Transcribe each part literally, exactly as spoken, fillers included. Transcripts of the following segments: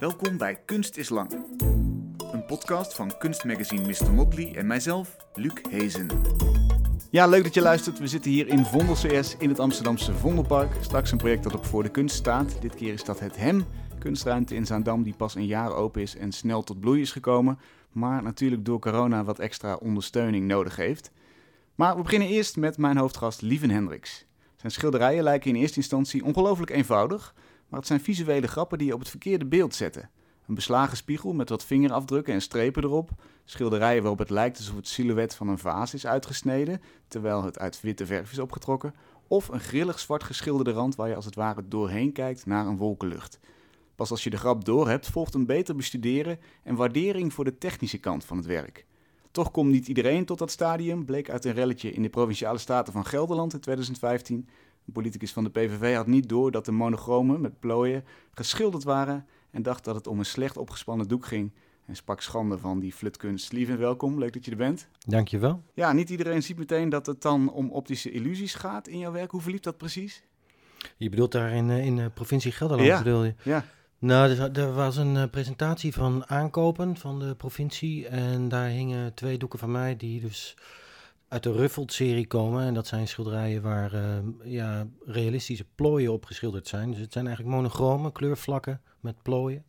Welkom bij Kunst is Lang. Een podcast van kunstmagazine mister Motley en mijzelf, Luc Hezen. Ja, leuk dat je luistert. We zitten hier in Vondel C S in het Amsterdamse Vondelpark. Straks een project dat op Voor de Kunst staat. Dit keer is dat het H E M, kunstruimte in Zaandam die pas een jaar open is en snel tot bloei is gekomen. Maar natuurlijk door corona wat extra ondersteuning nodig heeft. Maar we beginnen eerst met mijn hoofdgast Lieven Hendricks. Zijn schilderijen lijken in eerste instantie ongelooflijk eenvoudig, maar het zijn visuele grappen die je op het verkeerde beeld zetten. Een beslagen spiegel met wat vingerafdrukken en strepen erop. Schilderijen waarop het lijkt alsof het silhouet van een vaas is uitgesneden, terwijl het uit witte verf is opgetrokken. Of een grillig zwart geschilderde rand waar je als het ware doorheen kijkt naar een wolkenlucht. Pas als je de grap doorhebt, volgt een beter bestuderen en waardering voor de technische kant van het werk. Toch komt niet iedereen tot dat stadium, bleek uit een relletje in de Provinciale Staten van Gelderland in twintig vijftien. Een politicus van de P V V had niet door dat de monochromen met plooien geschilderd waren en dacht dat het om een slecht opgespannen doek ging en sprak schande van die flutkunst. Lieven, welkom, leuk dat je er bent. Dankjewel. Ja, niet iedereen ziet meteen dat het dan om optische illusies gaat in jouw werk. Hoe verliep dat precies? Je bedoelt daar in, in de provincie Gelderland, ja. bedoel je? Ja. Nou, er, er was een uh, presentatie van aankopen van de provincie en daar hingen twee doeken van mij die dus uit de Ruffelt-serie komen. En dat zijn schilderijen waar uh, ja, realistische plooien op geschilderd zijn. Dus het zijn eigenlijk monochromen, kleurvlakken met plooien.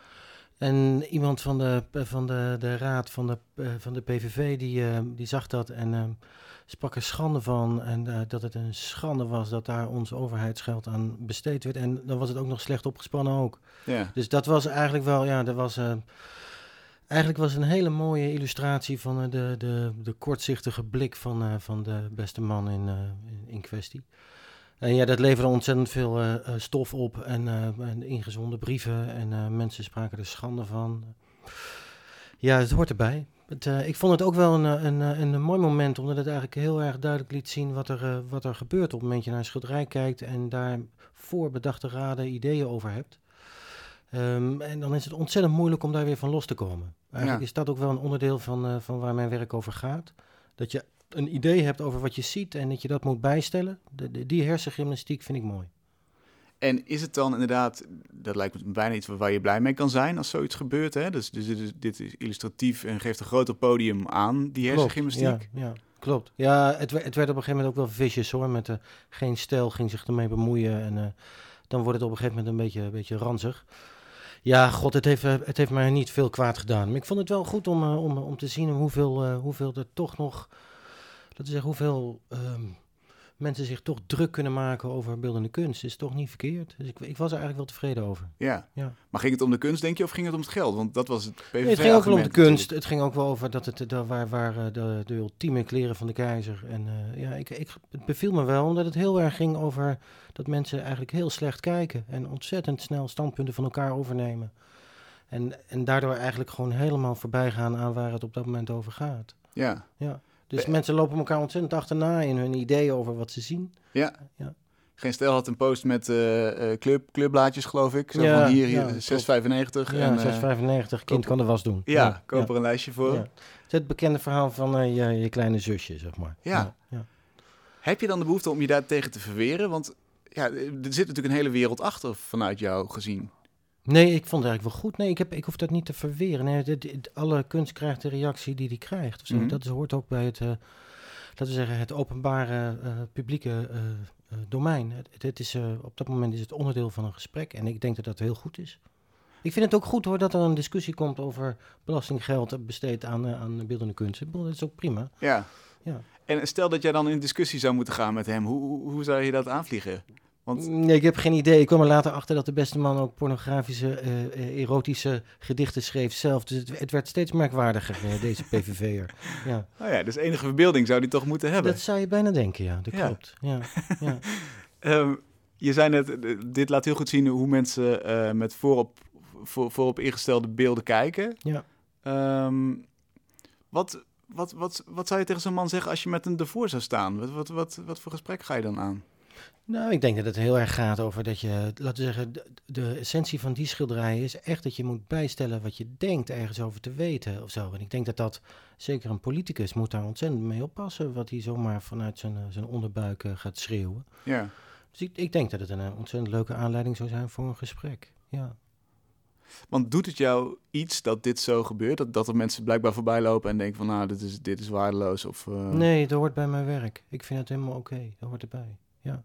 En iemand van de, van de, de raad van de, uh, van de P V V die, uh, die zag dat en uh, sprak er schande van. En uh, dat het een schande was dat daar ons overheidsgeld aan besteed werd. En dan was het ook nog slecht opgespannen ook. Ja. Dus dat was eigenlijk wel, ja, dat was... Uh, Eigenlijk was het een hele mooie illustratie van uh, de, de, de kortzichtige blik van, uh, van de beste man in, uh, in, in kwestie. En ja, dat leverde ontzettend veel uh, stof op en, uh, en ingezonden brieven en uh, mensen spraken er schande van. Ja, het hoort erbij. Het, uh, ik vond het ook wel een, een, een, een mooi moment, omdat het eigenlijk heel erg duidelijk liet zien wat er, uh, wat er gebeurt op het moment dat je naar een schilderij kijkt en daar voorbedachte raden ideeën over hebt. Um, en dan is het ontzettend moeilijk om daar weer van los te komen. Eigenlijk ja. is dat ook wel een onderdeel van, uh, van waar mijn werk over gaat. Dat je een idee hebt over wat je ziet en dat je dat moet bijstellen. De, de, die hersengymnastiek vind ik mooi. En is het dan inderdaad, dat lijkt me bijna iets waar je blij mee kan zijn als zoiets gebeurt, hè? Dus, dus dit, is, dit is illustratief en geeft een groter podium aan, die hersengymnastiek. Klopt, ja, ja, klopt. Ja, het, het werd op een gegeven moment ook wel vicious hoor, met uh, geen stijl ging zich ermee bemoeien en uh, dan wordt het op een gegeven moment een beetje, een beetje ranzig. Ja, god, het heeft, het heeft mij niet veel kwaad gedaan. Maar ik vond het wel goed om, uh, om, om te zien hoeveel, uh, hoeveel er toch nog, laten we zeggen, hoeveel um, mensen zich toch druk kunnen maken over beeldende kunst. Is toch niet verkeerd. Dus ik, ik was er eigenlijk wel tevreden over. Ja. ja, maar ging het om de kunst, denk je, of ging het om het geld? Want dat was het P V V nee, het ging ook wel om de kunst. Natuurlijk. Het ging ook wel over dat het dat waar, waar de, de ultieme kleren van de keizer. En uh, ja, ik, ik, het beviel me wel, omdat het heel erg ging over dat mensen eigenlijk heel slecht kijken en ontzettend snel standpunten van elkaar overnemen. En, en daardoor eigenlijk gewoon helemaal voorbij gaan aan waar het op dat moment over gaat. Ja. ja. Dus Be- mensen lopen elkaar ontzettend achterna in hun ideeën over wat ze zien. Ja. ja. Geen Stijl had een post met uh, club, clubblaadjes, geloof ik. Zo ja, van hier, hier ja, zes vijfennegentig. Ja, en, zes vijfennegentig, uh, kind koop, kan de was doen. Ja, ja koop ja. er een lijstje voor. Ja. Het is het bekende verhaal van uh, je, je kleine zusje, zeg maar. Ja. Ja, ja. Heb je dan de behoefte om je daar tegen te verweren? Want ja, er zit natuurlijk een hele wereld achter vanuit jou gezien. Nee, ik vond het eigenlijk wel goed. Nee, ik, heb, ik hoef dat niet te verweren. Nee, de, de, alle kunst krijgt de reactie die die krijgt. Of zo. Mm-hmm. Dat is, hoort ook bij het, uh, laten we zeggen, het openbare uh, publieke uh, uh, domein. Het, het is, uh, op dat moment is het onderdeel van een gesprek. En ik denk dat dat heel goed is. Ik vind het ook goed hoor dat er een discussie komt over belastinggeld besteed aan, uh, aan beeldende kunst. Ik bedoel, dat is ook prima. Ja. ja. En stel dat jij dan in discussie zou moeten gaan met hem. Hoe, hoe zou je dat aanvliegen? Want... Nee, ik heb geen idee. Ik kwam er later achter dat de beste man ook pornografische, uh, erotische gedichten schreef zelf. Dus het, het werd steeds merkwaardiger, uh, deze P V V'er. Ja. Oh ja, dus enige verbeelding zou die toch moeten hebben? Dat zou je bijna denken, ja. Dat ja. klopt. Ja. Ja. um, je zei net, dit laat heel goed zien hoe mensen uh, met voorop, voor, voorop ingestelde beelden kijken. Ja. Um, wat, wat, wat, wat zou je tegen zo'n man zeggen als je met hem ervoor zou staan? Wat, wat, wat, wat voor gesprek ga je dan aan? Nou, ik denk dat het heel erg gaat over dat je, laten we zeggen, de, de essentie van die schilderij is echt dat je moet bijstellen wat je denkt ergens over te weten of zo. En ik denk dat dat, zeker een politicus moet daar ontzettend mee oppassen, wat hij zomaar vanuit zijn, zijn onderbuik uh, gaat schreeuwen. Ja. Dus ik, ik denk dat het een uh, ontzettend leuke aanleiding zou zijn voor een gesprek, ja. Want doet het jou iets dat dit zo gebeurt? Dat, dat er mensen blijkbaar voorbij lopen en denken van, nou, dit is, dit is waardeloos? Of, uh... Nee, dat hoort bij mijn werk. Ik vind het helemaal oké. Okay. Dat hoort erbij, ja.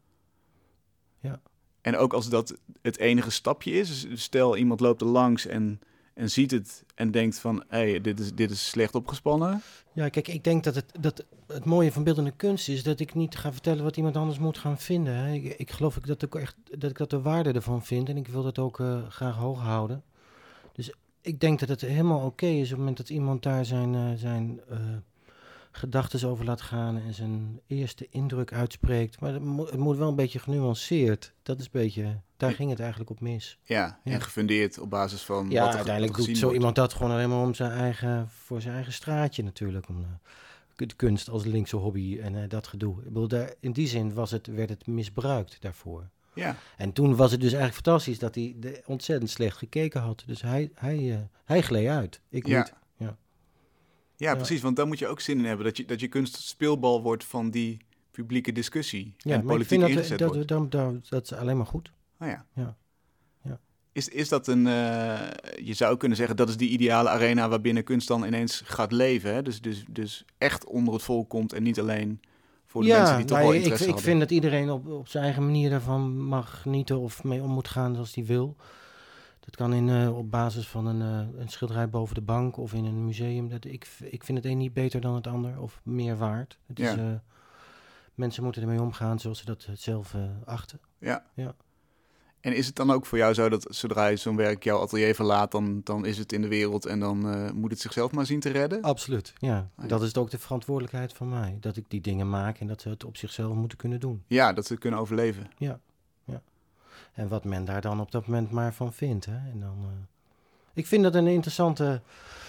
Ja. En ook als dat het enige stapje is. Stel, iemand loopt er langs en, en ziet het en denkt van, hé, hey, dit is, dit is slecht opgespannen. Ja, kijk, ik denk dat het, dat het mooie van beeldende kunst is dat ik niet ga vertellen wat iemand anders moet gaan vinden. Hè. Ik, ik geloof ik dat, ik echt, dat ik dat de waarde ervan vind en ik wil dat ook uh, graag hoog houden. Dus ik denk dat het helemaal oké okay is op het moment dat iemand daar zijn, uh, zijn uh, gedachten over laat gaan en zijn eerste indruk uitspreekt. Maar het moet, het moet wel een beetje genuanceerd. Dat is een beetje, daar ging het eigenlijk op mis. Ja, ja. En gefundeerd op basis van ja, wat er uiteindelijk wat doet zo wordt. Iemand dat gewoon alleen maar om zijn eigen, voor zijn eigen straatje natuurlijk. Om uh, de kunst als linkse hobby en uh, dat gedoe. Ik bedoel, daar, in die zin was het, werd het misbruikt daarvoor. Ja. En toen was het dus eigenlijk fantastisch dat hij de ontzettend slecht gekeken had. Dus hij, hij, uh, hij gleed uit. Ik ja. niet. Ja. Ja, ja, precies. Want daar moet je ook zin in hebben. Dat je, dat je kunst speelbal wordt van die publieke discussie. Ja, en politiek dat, ingezet dat, wordt. Dat, dat, dat is alleen maar goed. Oh ja. Ja. Ja. Is, is dat een... Uh, je zou kunnen zeggen, dat is die ideale arena waarbinnen kunst dan ineens gaat leven. Hè? Dus, dus, dus echt onder het volk komt en niet alleen... voor de ja, mensen die toch wel interesse ik, hadden. Ik vind dat iedereen op, op zijn eigen manier daarvan mag genieten of mee om moet gaan zoals hij wil. Dat kan in, uh, op basis van een, uh, een schilderij boven de bank of in een museum. Dat, ik, ik vind het een niet beter dan het ander of meer waard. Het ja. is, uh, mensen moeten ermee omgaan zoals ze dat zelf uh, achten. Ja. ja. En is het dan ook voor jou zo dat zodra je zo'n werk jouw atelier verlaat, dan, dan is het in de wereld en dan uh, moet het zichzelf maar zien te redden? Absoluut, ja. Ah, ja. Dat is ook de verantwoordelijkheid van mij. Dat ik die dingen maak en dat ze het op zichzelf moeten kunnen doen. Ja, dat ze het kunnen overleven. Ja, ja. En wat men daar dan op dat moment maar van vindt. Hè? En dan, uh... ik vind dat een interessante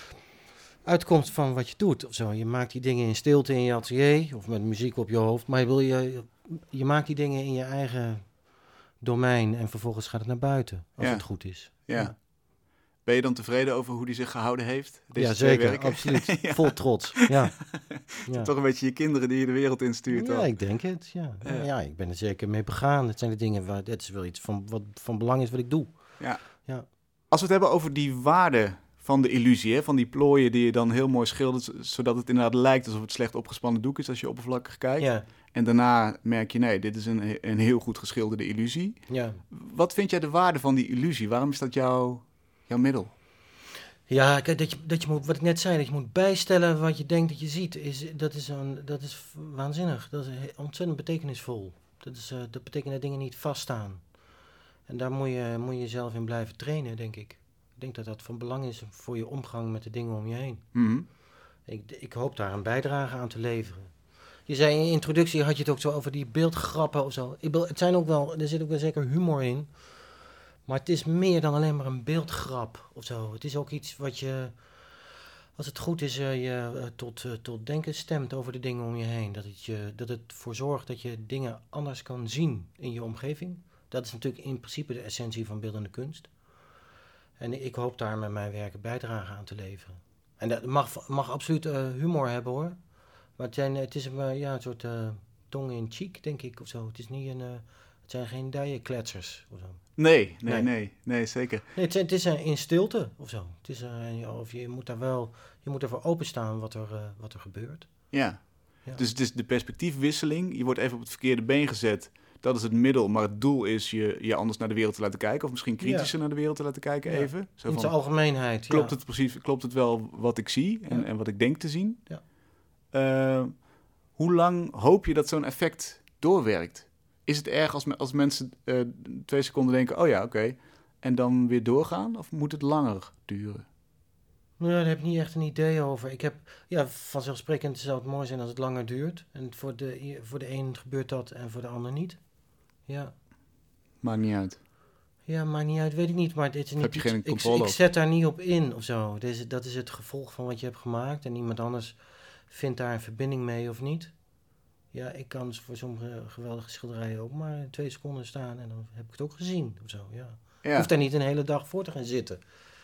uitkomst van wat je doet. Of zo. Je maakt die dingen in stilte in je atelier of met muziek op je hoofd. Maar je, wil je, je maakt die dingen in je eigen domein en vervolgens gaat het naar buiten, als ja. het goed is. Ja. ja. Ben je dan tevreden over hoe die zich gehouden heeft? Deze ja, zeker, werken? Absoluut. ja. Vol trots, ja. ja. Toch een beetje je kinderen die je de wereld instuurt. Ja, dan. ik denk het, ja. Ja. ja. Ik ben er zeker mee begaan. Het zijn de dingen waar, het is wel iets van, wat van belang is wat ik doe. Ja. ja. Als we het hebben over die waarde van de illusie, hè, van die plooien die je dan heel mooi schildert, zodat het inderdaad lijkt alsof het slecht opgespannen doek is als je oppervlakkig kijkt. Ja. En daarna merk je, nee, dit is een, een heel goed geschilderde illusie. Ja. Wat vind jij de waarde van die illusie? Waarom is dat jouw, jouw middel? Ja, kijk, dat je, dat je moet, wat ik net zei, dat je moet bijstellen wat je denkt dat je ziet, is, dat, is een, dat is waanzinnig. Dat is ontzettend betekenisvol. Dat, is, uh, dat betekent dat dingen niet vaststaan. En daar moet je, moet je jezelf in blijven trainen, denk ik. Ik denk dat dat van belang is voor je omgang met de dingen om je heen. Mm-hmm. Ik, ik hoop daar een bijdrage aan te leveren. Je zei in je introductie, had je het ook zo over die beeldgrappen of zo. Ik bedoel, het zijn ook wel, er zit ook wel zeker humor in. Maar het is meer dan alleen maar een beeldgrap of zo. Het is ook iets wat je, als het goed is, uh, je uh, tot, uh, tot denken stemt over de dingen om je heen. Dat het, je, dat het ervoor zorgt dat je dingen anders kan zien in je omgeving. Dat is natuurlijk in principe de essentie van beeldende kunst. En ik hoop daar met mijn werk bijdrage aan te leveren. En dat mag, mag absoluut uh, humor hebben hoor. Maar het, zijn, het is een, uh, ja, een soort uh, tong in cheek, denk ik, of zo. Het is niet een, uh, het zijn geen dijenkletsers of zo. Nee, nee, nee, nee, nee zeker. Nee, het, zijn, het is uh, in stilte of zo. Het is, uh, of je moet daar wel, je moet ervoor openstaan wat er, uh, wat er gebeurt. Ja. ja, dus het is de perspectiefwisseling. Je wordt even op het verkeerde been gezet. Dat is het middel, maar het doel is je, je anders naar de wereld te laten kijken. Of misschien kritischer ja. naar de wereld te laten kijken, ja. even. Zo in van, zijn algemeenheid, klopt ja. het precies, klopt het wel wat ik zie en, ja. en wat ik denk te zien? Ja. Uh, hoe lang hoop je dat zo'n effect doorwerkt? Is het erg als, als mensen uh, twee seconden denken, oh ja, oké, okay, en dan weer doorgaan? Of moet het langer duren? Nou, daar heb ik niet echt een idee over. Ik heb, ja, vanzelfsprekend zou het mooi zijn als het langer duurt. En voor de, voor de een gebeurt dat en voor de ander niet. Ja. Maakt niet uit. Ja, maakt niet uit, weet ik niet. Maar dit is niet heb je iets, geen controle ik, ik zet daar niet op in of zo. Dat is, dat is het gevolg van wat je hebt gemaakt. En iemand anders vindt daar een verbinding mee of niet. Ja, ik kan voor sommige geweldige schilderijen ook maar twee seconden staan. En dan heb ik het ook gezien of zo, ja. Ja. Ik hoef daar niet een hele dag voor te gaan zitten.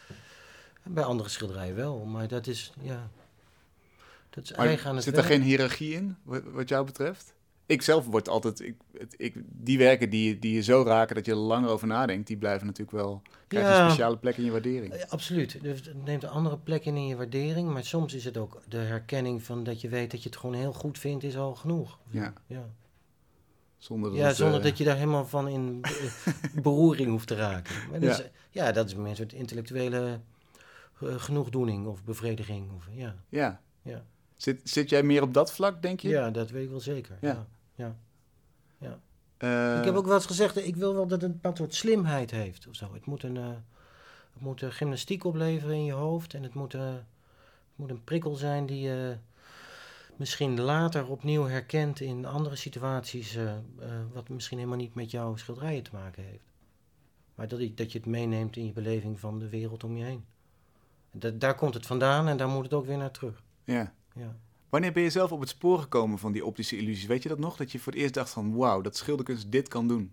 Bij andere schilderijen wel, maar dat is, ja... Dat is maar eigen aan het zit werk. er geen hiërarchie in, wat, wat jou betreft? ik zelf word altijd... Ik, het, ik, die werken die, die je zo raken dat je er langer over nadenkt... die blijven natuurlijk wel... krijgen Ja, een speciale plek in je waardering. Uh, absoluut. Dus het neemt een andere plek in in je waardering. Maar soms is het ook de herkenning van dat je weet dat je het gewoon heel goed vindt... is al genoeg. Ja. Ja. Zonder, dat, ja, het, zonder uh... dat je daar helemaal van in beroering hoeft te raken. Maar dus, ja. ja, dat is meer een soort intellectuele uh, genoegdoening of bevrediging. Of, ja. Ja. Ja. Zit, zit jij meer op dat vlak, denk je? Ja, dat weet ik wel zeker. Ja. Ja. Ja. Ja. Uh... Ik heb ook wel eens gezegd, ik wil wel dat het een bepaald soort slimheid heeft. Of zo. Het moet een uh, het moet uh, gymnastiek opleveren in je hoofd. En het moet, uh, het moet een prikkel zijn die je uh, misschien later opnieuw herkent in andere situaties. Uh, uh, wat misschien helemaal niet met jouw schilderijen te maken heeft. Maar dat, dat je het meeneemt in je beleving van de wereld om je heen. Dat, daar komt het vandaan en daar moet het ook weer naar terug. Ja. Ja. Wanneer ben je zelf op het spoor gekomen van die optische illusies? Weet je dat nog? Dat je voor het eerst dacht van wauw, dat schilderkunst dit kan doen.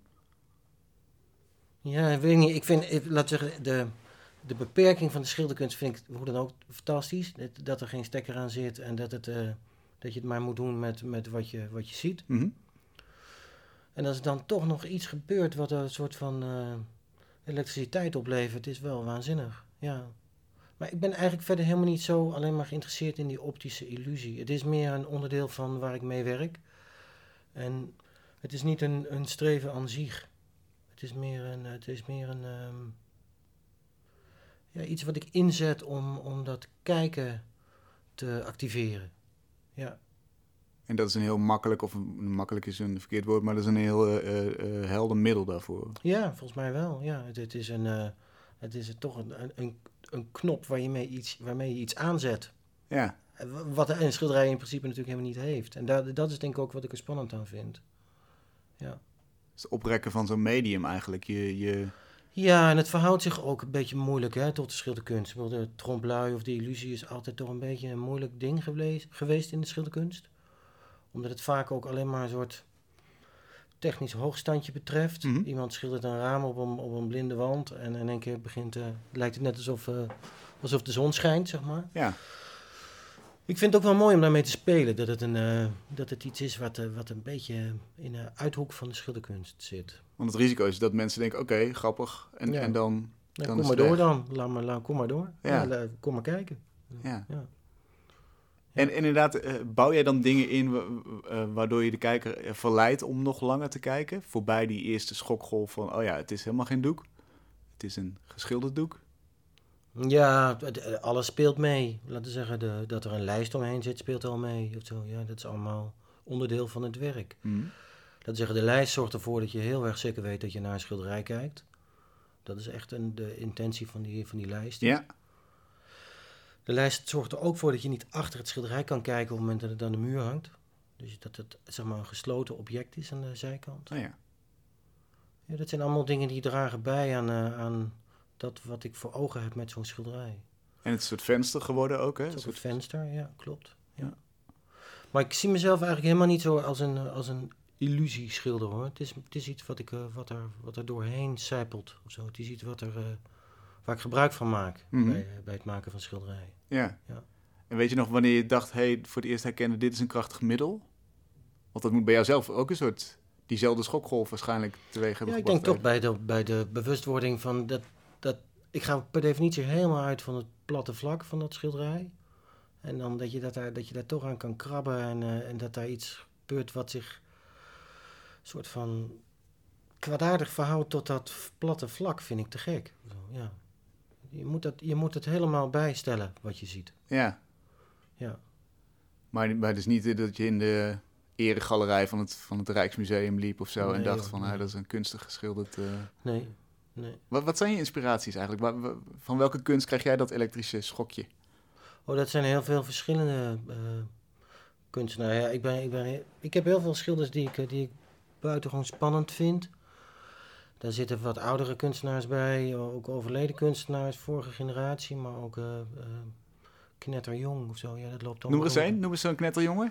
Ja, ik weet niet. Ik vind, ik, laat zeggen, de, de beperking van de schilderkunst vind ik hoe dan ook fantastisch. Dat, dat er geen stekker aan zit en dat, het, uh, dat je het maar moet doen met, met wat, je, wat je ziet. Mm-hmm. En als er dan toch nog iets gebeurt wat een soort van uh, elektriciteit oplevert, is wel waanzinnig. Ja. Maar ik ben eigenlijk verder helemaal niet zo alleen maar geïnteresseerd in die optische illusie. Het is meer een onderdeel van waar ik mee werk. En het is niet een, een streven aan zich. Het is meer een, het is meer een um, ja, iets wat ik inzet om, om dat kijken te activeren. Ja. En dat is een heel makkelijk, of een, makkelijk is een verkeerd woord, maar dat is een heel uh, uh, helder middel daarvoor. Ja, volgens mij wel. Ja, het, het is, een, uh, het is toch een, een, een knop waar je mee iets, waarmee je iets aanzet. Ja. Wat een schilderij in principe natuurlijk helemaal niet heeft. En dat, dat is denk ik ook wat ik er spannend aan vind. Ja. Het oprekken van zo'n medium eigenlijk. Je, je... Ja, en het verhoudt zich ook een beetje moeilijk hè, tot de schilderkunst. De trompe-l'œil of de illusie is altijd toch een beetje een moeilijk ding geweest, geweest in de schilderkunst. Omdat het vaak ook alleen maar een soort technisch hoogstandje betreft. Mm-hmm. Iemand schildert een raam op een, op een blinde wand en in één keer begint, uh, lijkt het net alsof, uh, alsof de zon schijnt, zeg maar. Ja. Ik vind het ook wel mooi om daarmee te spelen. Dat het, een, uh, dat het iets is wat, uh, wat een beetje in de uithoek van de schilderkunst zit. Want het risico is dat mensen denken, oké, okay, grappig. En, ja. en dan, ja, dan kom maar door dan. Laat maar, laat, kom maar door. Ja. Ja, kom maar kijken. Ja. Ja. En inderdaad, uh, bouw jij dan dingen in uh, waardoor je de kijker verleidt om nog langer te kijken? Voorbij die eerste schokgolf van, oh ja, het is helemaal geen doek. Het is een geschilderd doek. Ja, alles speelt mee. Laten we zeggen, de, dat er een lijst omheen zit, speelt al mee. Of zo. Ja, dat is allemaal onderdeel van het werk. Mm. Laten we zeggen, de lijst zorgt ervoor dat je heel erg zeker weet dat je naar een schilderij kijkt. Dat is echt een, de intentie van die, van die lijst. Ja. De lijst zorgt er ook voor dat je niet achter het schilderij kan kijken op het moment dat het aan de muur hangt. Dus dat het zeg maar een gesloten object is aan de zijkant. Oh ja. Ja, dat zijn allemaal dingen die dragen bij aan, uh, aan dat wat ik voor ogen heb met zo'n schilderij. En het is een soort venster geworden ook, hè? Het is ook een soort venster, ja, klopt. Ja. Ja. Maar ik zie mezelf eigenlijk helemaal niet zo als een, als een illusieschilder, hoor. Het is, het is iets wat, ik, uh, wat, er, wat er doorheen sijpelt of zo. Het is iets wat er, uh, waar ik gebruik van maak mm-hmm. bij, uh, bij het maken van schilderijen. Ja. Ja. En weet je nog wanneer je dacht, hey, voor het eerst herkennen, dit is een krachtig middel? Want dat moet bij jou zelf ook een soort, diezelfde schokgolf waarschijnlijk teweeg hebben ja, ik gebracht. denk toch bij de, bij de bewustwording van dat, dat... Ik ga per definitie helemaal uit van het platte vlak van dat schilderij. En dan dat je, dat daar, dat je daar toch aan kan krabben en, uh, en dat daar iets gebeurt wat zich soort van kwaadaardig verhoudt tot dat platte vlak, vind ik te gek. Zo, ja. Je moet dat, je moet het helemaal bijstellen wat je ziet. Ja. Ja. Maar, maar het is niet dat je in de eregalerij van het, van het Rijksmuseum liep of zo nee, en dacht joh, van, nee. ah, dat is een kunstig geschilderd... Uh... Nee, nee. Wat, wat zijn je inspiraties eigenlijk? Waar, van welke kunst krijg jij dat elektrische schokje? Oh, dat zijn heel veel verschillende uh, kunstenaars. Ja, ik, ben, ik, ben, ik heb heel veel schilders die ik, die ik buitengewoon spannend vind. Daar zitten wat oudere kunstenaars bij, ook overleden kunstenaars, vorige generatie, maar ook uh, uh, knetterjong of zo. Ja, dat loopt Noem er eens één, noem eens zo'n knetterjongen.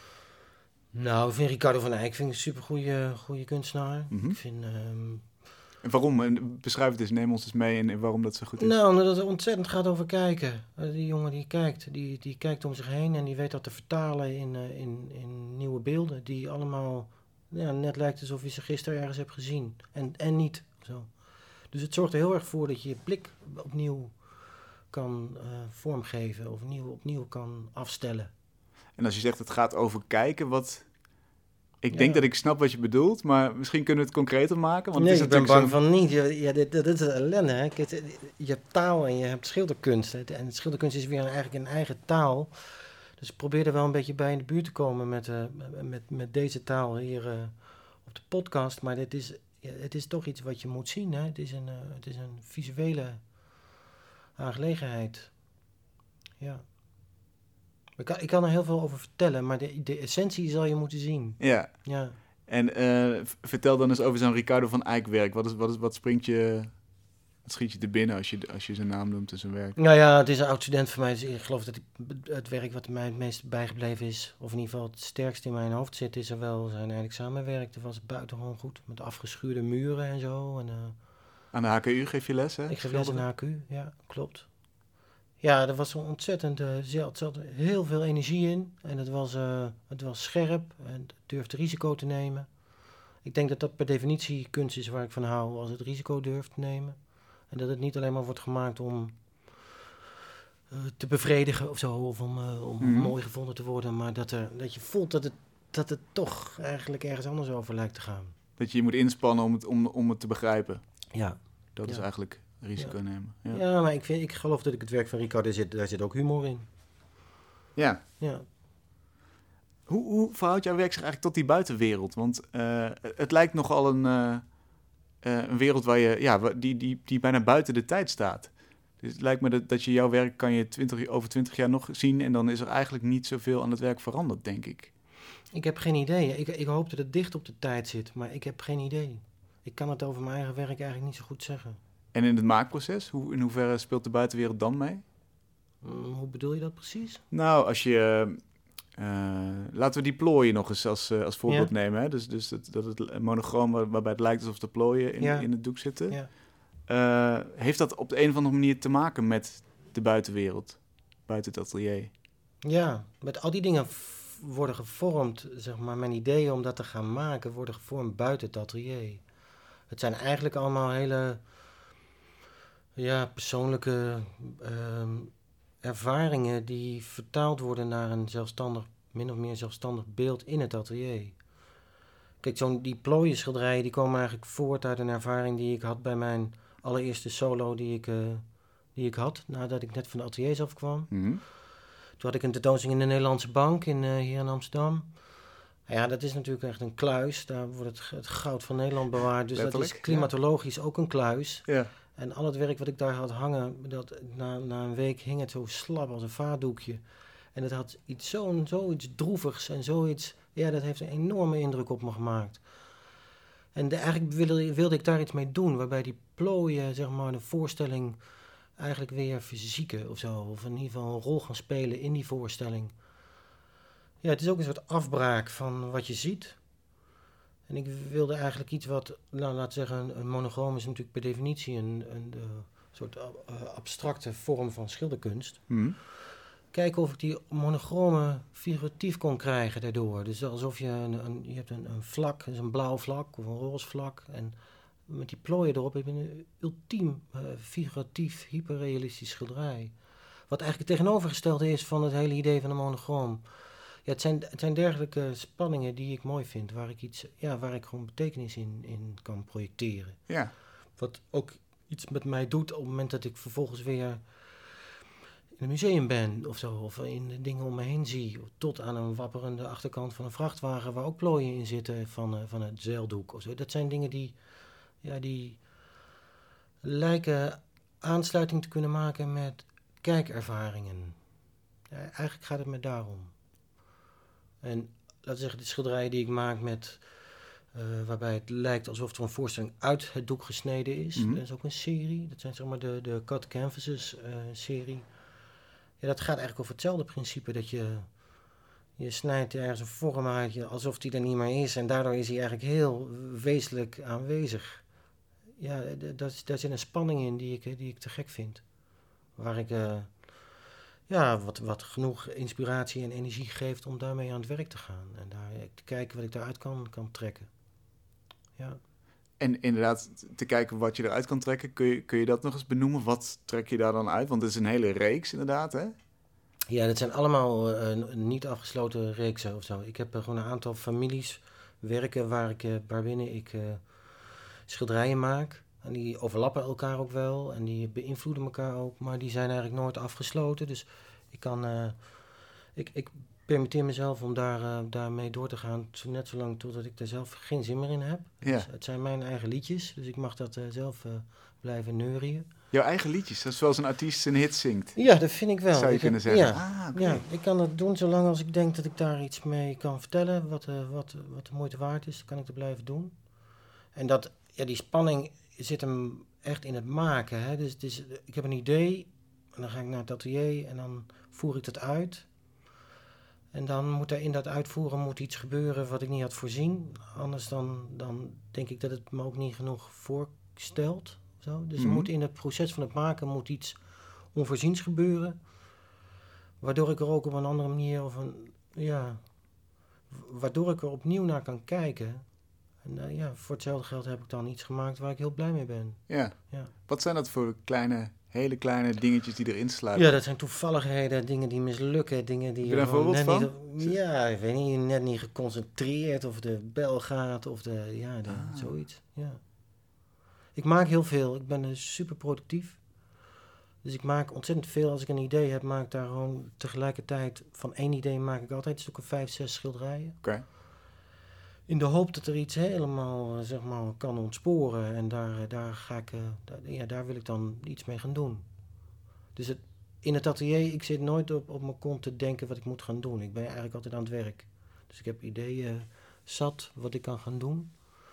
Nou, ik vind Ricardo van Eyck vind ik een super goede kunstenaar. Mm-hmm. Ik vind... Um, En waarom? En beschrijf het eens, neem ons eens mee en waarom dat zo goed is. Nou, omdat het ontzettend gaat over kijken. Uh, die jongen die kijkt, die, die kijkt om zich heen en die weet dat te vertalen in, uh, in, in nieuwe beelden die allemaal ja, net lijkt alsof je ze gisteren ergens hebt gezien. En, en niet. Zo. Dus het zorgt er heel erg voor dat je je blik opnieuw kan uh, vormgeven of opnieuw, opnieuw kan afstellen. En als je zegt het gaat over kijken, wat... Ik Ja. denk dat ik snap wat je bedoelt, maar misschien kunnen we het concreter maken. Want Nee, het is ik ben bang zo'n... van niet. Ja, ja, dit, dit is ellende. Hè. Kijk, je hebt taal en je hebt schilderkunst. Hè. En schilderkunst is weer een, eigenlijk een eigen taal. Dus ik probeer er wel een beetje bij in de buurt te komen met, uh, met, met deze taal hier uh, op de podcast. Maar dit is, ja, het is toch iets wat je moet zien. Hè. Het is een, uh, het is een visuele aangelegenheid. Ja. Ik kan, ik kan er heel veel over vertellen, maar de, de essentie zal je moeten zien. Ja. Ja. En uh, vertel dan eens over zo'n Ricardo van Eyck werk. Wat, is, wat, is, wat springt je... Wat schiet je te binnen als je, als je zijn naam noemt en zijn werk? Nou ja, het is een oud student van mij. Dus ik geloof dat ik, het werk wat mij het meest bijgebleven is, of in ieder geval het sterkst in mijn hoofd zit, is er wel zijn eindexamenwerk. Dat was buitengewoon goed, met afgeschuurde muren en zo. En, uh, aan de H K U geef je les, hè? Ik geef les aan de H K U, ja, klopt. Ja, er was zo ontzettend, uh, er zat heel veel energie in. En het was, uh, het was scherp en het durfde risico te nemen. Ik denk dat dat per definitie kunst is waar ik van hou, als het risico durft te nemen. En dat het niet alleen maar wordt gemaakt om uh, te bevredigen of zo, of om, uh, om mm-hmm. mooi gevonden te worden, maar dat, er, dat je voelt dat het, dat het toch eigenlijk ergens anders over lijkt te gaan. Dat je je moet inspannen om het, om, om het te begrijpen. Ja. Dat ja. is eigenlijk risico ja. nemen. Ja, ja maar ik, vind, ik geloof dat ik het werk van Ricardo, daar zit, daar zit ook humor in. Ja. Ja. Hoe, hoe verhoudt jouw werk zich eigenlijk tot die buitenwereld? Want uh, het lijkt nogal een... Uh, Uh, een wereld waar je, ja, die, die, die bijna buiten de tijd staat. Dus het lijkt me dat, dat je jouw werk kan je twintig, over twintig jaar nog zien en dan is er eigenlijk niet zoveel aan het werk veranderd, denk ik. Ik heb geen idee. Ik, ik hoop dat het dicht op de tijd zit, maar ik heb geen idee. Ik kan het over mijn eigen werk eigenlijk niet zo goed zeggen. En in het maakproces, hoe, in hoeverre speelt de buitenwereld dan mee? Mm, hoe bedoel je dat precies? Nou, als je... Uh, laten we die plooien nog eens als, uh, als voorbeeld ja. nemen. Hè? Dus, dus dat, dat het monochroom waar, waarbij het lijkt alsof de plooien in, ja. in het doek zitten. Ja. Uh, heeft dat op de een of andere manier te maken met de buitenwereld? Buiten het atelier? Ja, met al die dingen f- worden gevormd, zeg maar, mijn ideeën om dat te gaan maken, worden gevormd buiten het atelier. Het zijn eigenlijk allemaal hele ja, persoonlijke uh, ervaringen die vertaald worden naar een zelfstandig, min of meer zelfstandig beeld in het atelier. Kijk, zo'n, die plooien schilderijen die komen eigenlijk voort uit een ervaring die ik had bij mijn allereerste solo die ik, uh, die ik had, nadat ik net van de ateliers afkwam. Mm-hmm. Toen had ik een tentoonstelling in de Nederlandse Bank in, uh, hier in Amsterdam. Ja, dat is natuurlijk echt een kluis. Daar wordt het, het goud van Nederland bewaard. Dus Letterlijk, dat is klimatologisch ja. ook een kluis. Ja. En al het werk wat ik daar had hangen, dat, na, na een week hing het zo slap als een vaatdoekje. En het had iets zo, zoiets droevigs en zoiets... Ja, dat heeft een enorme indruk op me gemaakt. En de, eigenlijk wilde, wilde ik daar iets mee doen, waarbij die plooien, zeg maar, de voorstelling eigenlijk weer verzieken of zo. Of in ieder geval een rol gaan spelen in die voorstelling. Ja, het is ook een soort afbraak van wat je ziet. En ik wilde eigenlijk iets wat, nou, laten we zeggen, een, een monochroom is natuurlijk per definitie een, een, een soort uh, abstracte vorm van schilderkunst. Mm. Kijken of ik die monochrome figuratief kon krijgen daardoor. Dus alsof je een, een, je hebt een, een vlak, dus een blauw vlak of een roze vlak. En met die plooien erop heb je een ultiem uh, figuratief, hyperrealistisch schilderij. Wat eigenlijk het tegenovergestelde is van het hele idee van een monochroom. Ja, het zijn, het zijn dergelijke spanningen die ik mooi vind, waar ik, iets, ja, waar ik gewoon betekenis in, in kan projecteren. Ja. Wat ook iets met mij doet op het moment dat ik vervolgens weer in een museum ben of zo, of in de dingen om me heen zie, tot aan een wapperende achterkant van een vrachtwagen waar ook plooien in zitten van, uh, van het zeildoek of zo. Dat zijn dingen die, ja, die lijken aansluiting te kunnen maken met kijkervaringen. Ja, eigenlijk gaat het me daarom. En laten we zeggen, de schilderijen die ik maak met, uh, waarbij het lijkt alsof er een voorstelling uit het doek gesneden is. Mm-hmm. Dat is ook een serie. Dat zijn zeg maar de, de Cut Canvases uh, serie. Ja, dat gaat eigenlijk over hetzelfde principe. Dat je, je snijdt ergens een vorm uit, alsof die er niet meer is. En daardoor is hij eigenlijk heel wezenlijk aanwezig. Ja, d- dat, daar zit een spanning in die ik, die ik te gek vind. Waar ik... Uh, ja, wat, wat genoeg inspiratie en energie geeft om daarmee aan het werk te gaan. En daar te kijken wat ik daaruit kan, kan trekken. Ja. En inderdaad, te kijken wat je eruit kan trekken, kun je, kun je dat nog eens benoemen? Wat trek je daar dan uit? Want het is een hele reeks inderdaad, hè? Ja, dat zijn allemaal uh, niet afgesloten reeksen of zo. Ik heb uh, gewoon een aantal families werken waar ik, uh, waarbinnen ik uh, schilderijen maak. En die overlappen elkaar ook wel en die beïnvloeden elkaar ook, maar die zijn eigenlijk nooit afgesloten. Dus ik kan, uh, ik, ik permitteer mezelf om daar, uh, daarmee door te gaan, zo net zolang totdat ik er zelf geen zin meer in heb. Ja. Dus het zijn mijn eigen liedjes, dus ik mag dat uh, zelf uh, blijven neurien. Jouw eigen liedjes, dat is zoals een artiest een hit zingt. Ja, dat vind ik wel. Zou je ik kunnen heb, zeggen. Ja, Ah, okay. ja, ik kan het doen zolang als ik denk dat ik daar iets mee kan vertellen, wat, uh, wat, wat de moeite waard is, dan kan ik het blijven doen. En dat, ja, die spanning zit hem echt in het maken. Hè? Dus het is, ik heb een idee en dan ga ik naar het atelier en dan voer ik dat uit. En dan moet er in dat uitvoeren moet iets gebeuren wat ik niet had voorzien. Anders dan, dan denk ik dat het me ook niet genoeg voorstelt. Zo. Dus Mm-hmm. er moet in het proces van het maken moet iets onvoorziens gebeuren. Waardoor ik er ook op een andere manier, of een, ja, waardoor ik er opnieuw naar kan kijken. En uh, ja, voor hetzelfde geld heb ik dan iets gemaakt waar ik heel blij mee ben. Ja. Ja. Wat zijn dat voor kleine, hele kleine dingetjes die erin sluipen? Ja, dat zijn toevalligheden, dingen die mislukken, dingen die... Heb je daar een voorbeeld net van? Niet, ja, ik weet niet, net niet geconcentreerd of de bel gaat of de, ja, de, Ah. zoiets. Ja. Ik maak heel veel, ik ben uh, super productief. Dus ik maak ontzettend veel. Als ik een idee heb, maak ik daar gewoon tegelijkertijd... Van één idee maak ik altijd een stuk of vijf, zes schilderijen. Oké. Okay. In de hoop dat er iets helemaal, zeg maar, kan ontsporen. En daar, daar ga ik, uh, daar, ja, daar wil ik dan iets mee gaan doen. Dus het, in het atelier, ik zit nooit op, op mijn kont te denken wat ik moet gaan doen. Ik ben eigenlijk altijd aan het werk. Dus ik heb ideeën zat wat ik kan gaan doen.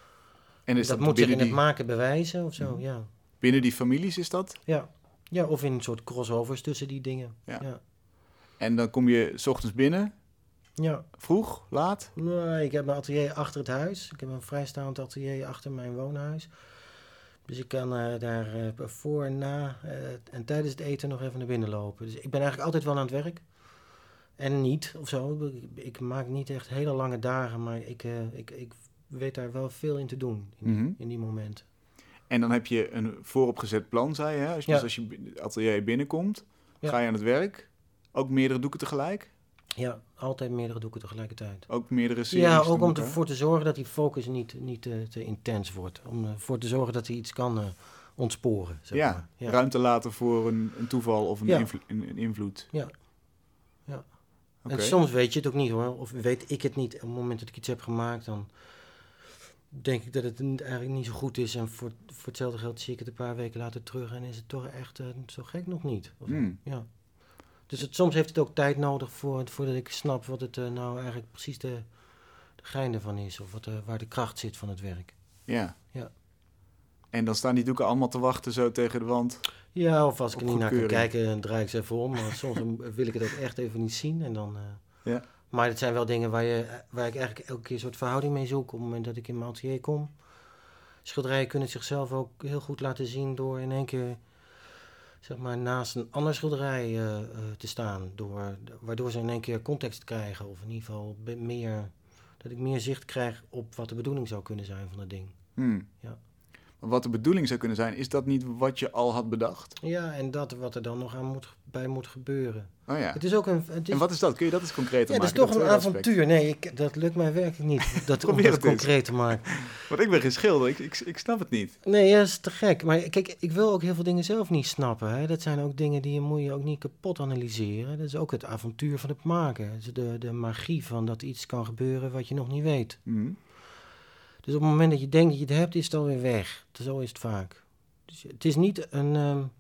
En is dat, dat moet zich in die... het maken bewijzen of zo, Mm-hmm. ja. Binnen die families is dat? Ja. Ja, of in een soort crossovers tussen die dingen. Ja. Ja. En dan kom je 's ochtends binnen? Ja. Vroeg? Laat? Nee, ik heb een atelier achter het huis. Ik heb een vrijstaand atelier achter mijn woonhuis. Dus ik kan uh, daar uh, voor, na uh, en tijdens het eten nog even naar binnen lopen. Dus ik ben eigenlijk altijd wel aan het werk. En niet, of zo. Ik, ik maak niet echt hele lange dagen, maar ik, uh, ik, ik weet daar wel veel in te doen in, Mm-hmm. in die momenten. En dan heb je een vooropgezet plan, zei je. Hè? Als je, Ja. Dus als je het atelier binnenkomt, Ja. ga je aan het werk. Ook meerdere doeken tegelijk? Ja, altijd meerdere doeken tegelijkertijd. Ook meerdere series? Ja, ook om elkaar? ervoor te zorgen dat die focus niet, niet uh, te intens wordt. Om ervoor te zorgen dat hij iets kan uh, ontsporen. Zeg Ja, maar. Ja, ruimte laten voor een, een toeval of een, Ja. invlo- een, een invloed. Ja. Ja. Oké. En soms weet je het ook niet hoor. Of weet ik het niet. Op het moment dat ik iets heb gemaakt, dan denk ik dat het niet- eigenlijk niet zo goed is. En voor, voor hetzelfde geld zie ik het een paar weken later terug. En is het toch echt uh, zo gek nog niet. Of, Hmm. ja. Dus het, soms heeft het ook tijd nodig voor, voordat ik snap wat het uh, nou eigenlijk precies de, de gein ervan is. Of wat, uh, waar de kracht zit van het werk. Ja. Ja. En dan staan die doeken allemaal te wachten zo tegen de wand. Ja, of als ik er niet naar kan Opgekeuring. kijken, dan draai ik ze even om. Maar soms wil ik het ook echt even niet zien. En dan, uh, Ja. Maar het zijn wel dingen waar, je, waar ik eigenlijk elke keer een soort verhouding mee zoek. Op het moment dat ik in mijn atelier kom. Schilderijen kunnen zichzelf ook heel goed laten zien door in één keer, zeg maar, naast een ander schilderij uh, uh, te staan. Door, waardoor ze in één keer context krijgen. Of in ieder geval be- meer, dat ik meer zicht krijg op wat de bedoeling zou kunnen zijn van het ding. Hmm. Ja. Maar wat de bedoeling zou kunnen zijn, is dat niet wat je al had bedacht? Ja, en dat wat er dan nog aan moet, bij moet gebeuren. Oh ja. Het is ook een... Het is, En wat is dat? Kun je dat eens concreter ja, dat maken? is toch een tweede aspect? avontuur. Nee, ik, dat lukt mij werkelijk niet. Dat, om Probeer dat het eens. concreet te maken. Want ik ben geen schilder, ik, ik, ik snap het niet. Nee, ja, dat is te gek. Maar kijk, ik wil ook heel veel dingen zelf niet snappen. Hè. Dat zijn ook dingen die je moet je ook niet kapot analyseren. Dat is ook het avontuur van het maken. Dat is de, de magie van dat iets kan gebeuren wat je nog niet weet. Hmm. Dus op het moment dat je denkt dat je het hebt, is het alweer weg. Zo is het vaak. Dus het is niet een... Um,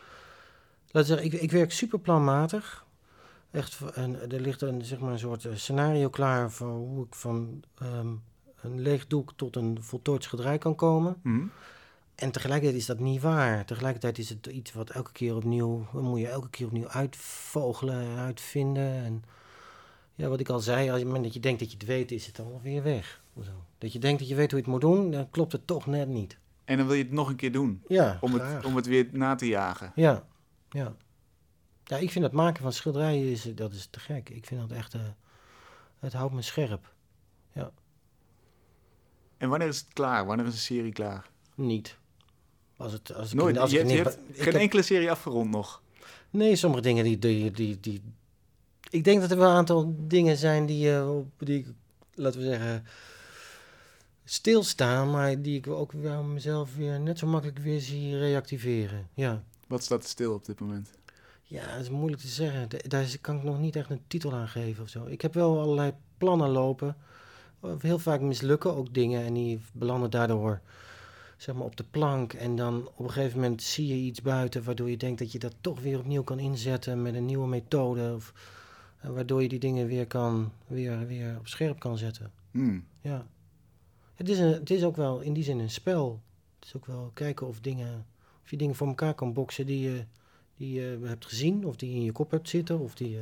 laat zeggen, ik, ik werk super planmatig. Echt, en er ligt een, zeg maar, een soort scenario klaar voor hoe ik van um, een leeg doek tot een voltooid schilderij kan komen. Hmm. En tegelijkertijd is dat niet waar. Tegelijkertijd is het iets wat elke keer opnieuw, moet je elke keer opnieuw uitvogelen en uitvinden. En ja, wat ik al zei, als je moment dat je denkt dat je het weet, is het dan weer weg. Zo. Dat je denkt dat je weet hoe je het moet doen, dan klopt het toch net niet. En dan wil je het nog een keer doen. Ja, Om graag. het, om het weer na te jagen. Ja, ja. Ja, ik vind het maken van schilderijen, is, dat is te gek. Ik vind dat echt, uh, het houdt me scherp. Ja. En wanneer is het klaar? Wanneer is een serie klaar? Niet. Als het, als ik, Nooit? als je, ik, je niet, hebt ik geen heb, enkele serie afgerond nog? Nee, sommige dingen die, die, die, die... Ik denk dat er wel een aantal dingen zijn die, uh, die laten we zeggen, stilstaan, maar die ik ook wel mezelf weer net zo makkelijk weer zie reactiveren. Ja. Wat staat er stil op dit moment? Ja, dat is moeilijk te zeggen. Daar kan ik nog niet echt een titel aan geven of zo. Ik heb wel allerlei plannen lopen. Heel vaak mislukken ook dingen en die belanden daardoor, zeg maar, op de plank. En dan op een gegeven moment zie je iets buiten waardoor je denkt dat je dat toch weer opnieuw kan inzetten met een nieuwe methode. Of, waardoor je die dingen weer, kan, weer, weer op scherp kan zetten. Hmm. Ja. Het is, een, het is ook wel in die zin een spel. Het is ook wel kijken of, dingen, of je dingen voor elkaar kan boksen die je, die je hebt gezien. Of die je in je kop hebt zitten. Of die, je,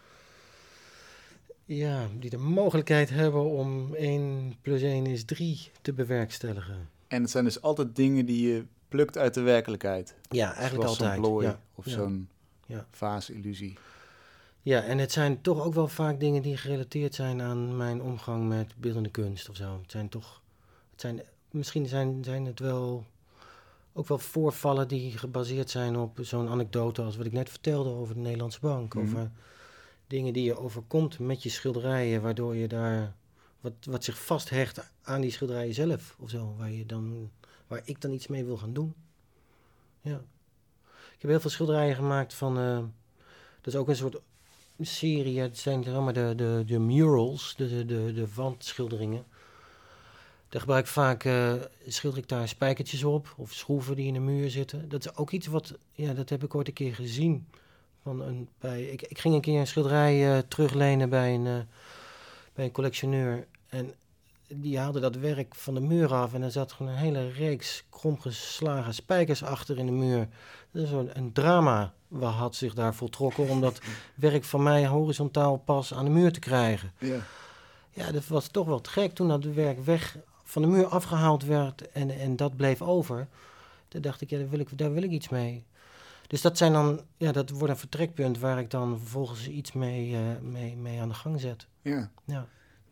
ja, die de mogelijkheid hebben om één plus één is drie te bewerkstelligen. En het zijn dus altijd dingen die je plukt uit de werkelijkheid. Ja, eigenlijk Zoals altijd. Zo'n plooi ja. of ja. zo'n ja. faasillusie. Ja, en het zijn toch ook wel vaak dingen die gerelateerd zijn aan mijn omgang met beeldende kunst of zo. Het zijn toch, het zijn, misschien zijn, zijn het wel ook wel voorvallen die gebaseerd zijn op zo'n anekdote als wat ik net vertelde over de Nederlandse Bank. Mm-hmm. Over dingen die je overkomt met je schilderijen, waardoor je daar, wat, wat zich vasthecht aan die schilderijen zelf of zo. Waar, je dan, waar ik dan iets mee wil gaan doen. Ja. Ik heb heel veel schilderijen gemaakt van, uh, dat is ook een soort serie, het zijn zeg maar de, de, de murals, de, de, de, de wandschilderingen. Daar gebruik ik vaak, uh, schilder ik daar spijkertjes op of schroeven die in de muur zitten. Dat is ook iets wat, ja, dat heb ik ooit een keer gezien. Van een, bij, ik, ik ging een keer een schilderij uh, teruglenen bij een, uh, bij een collectioneur. En die haalde dat werk van de muur af en er zat gewoon een hele reeks kromgeslagen spijkers achter in de muur. Dat is een, een drama wat had zich daar voltrokken om dat werk van mij horizontaal pas aan de muur te krijgen. Ja. Ja, dat was toch wel te gek toen dat werk weg van de muur afgehaald werd en, en dat bleef over. Toen dacht ik, ja, daar wil ik, daar wil ik iets mee. Dus dat zijn dan, ja, dat wordt een vertrekpunt waar ik dan vervolgens iets mee, uh, mee, mee aan de gang zet. Ja. Ja.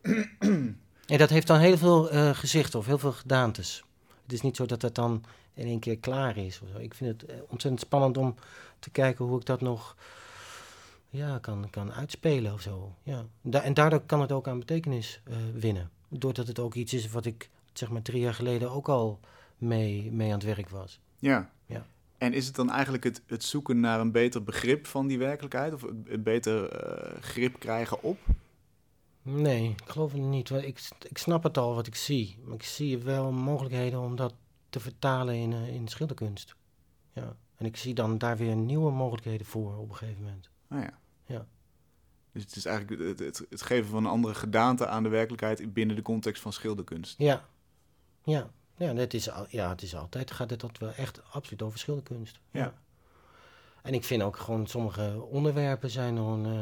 En dat heeft dan heel veel uh, gezichten of heel veel gedaantes. Het is niet zo dat dat dan in één keer klaar is. Of zo. Ik vind het uh, ontzettend spannend om te kijken hoe ik dat nog ja, kan, kan uitspelen of zo. Ja. Da- en daardoor kan het ook aan betekenis uh, winnen. Doordat het ook iets is wat ik, zeg maar, drie jaar geleden ook al mee, mee aan het werk was. Ja. Ja. En is het dan eigenlijk het, het zoeken naar een beter begrip van die werkelijkheid? Of een beter uh, grip krijgen op? Nee, ik geloof het niet. Want ik, ik snap het al wat ik zie. Maar ik zie wel mogelijkheden om dat te vertalen in, uh, in schilderkunst. Ja. En ik zie dan daar weer nieuwe mogelijkheden voor op een gegeven moment. Ah ja. Ja. Dus het is eigenlijk het, het, het geven van een andere gedaante aan de werkelijkheid binnen de context van schilderkunst. Ja. Ja. Ja, het is, al, ja, het is altijd, gaat het wel echt absoluut over schilderkunst. Ja. ja. En ik vind ook gewoon sommige onderwerpen zijn gewoon, uh,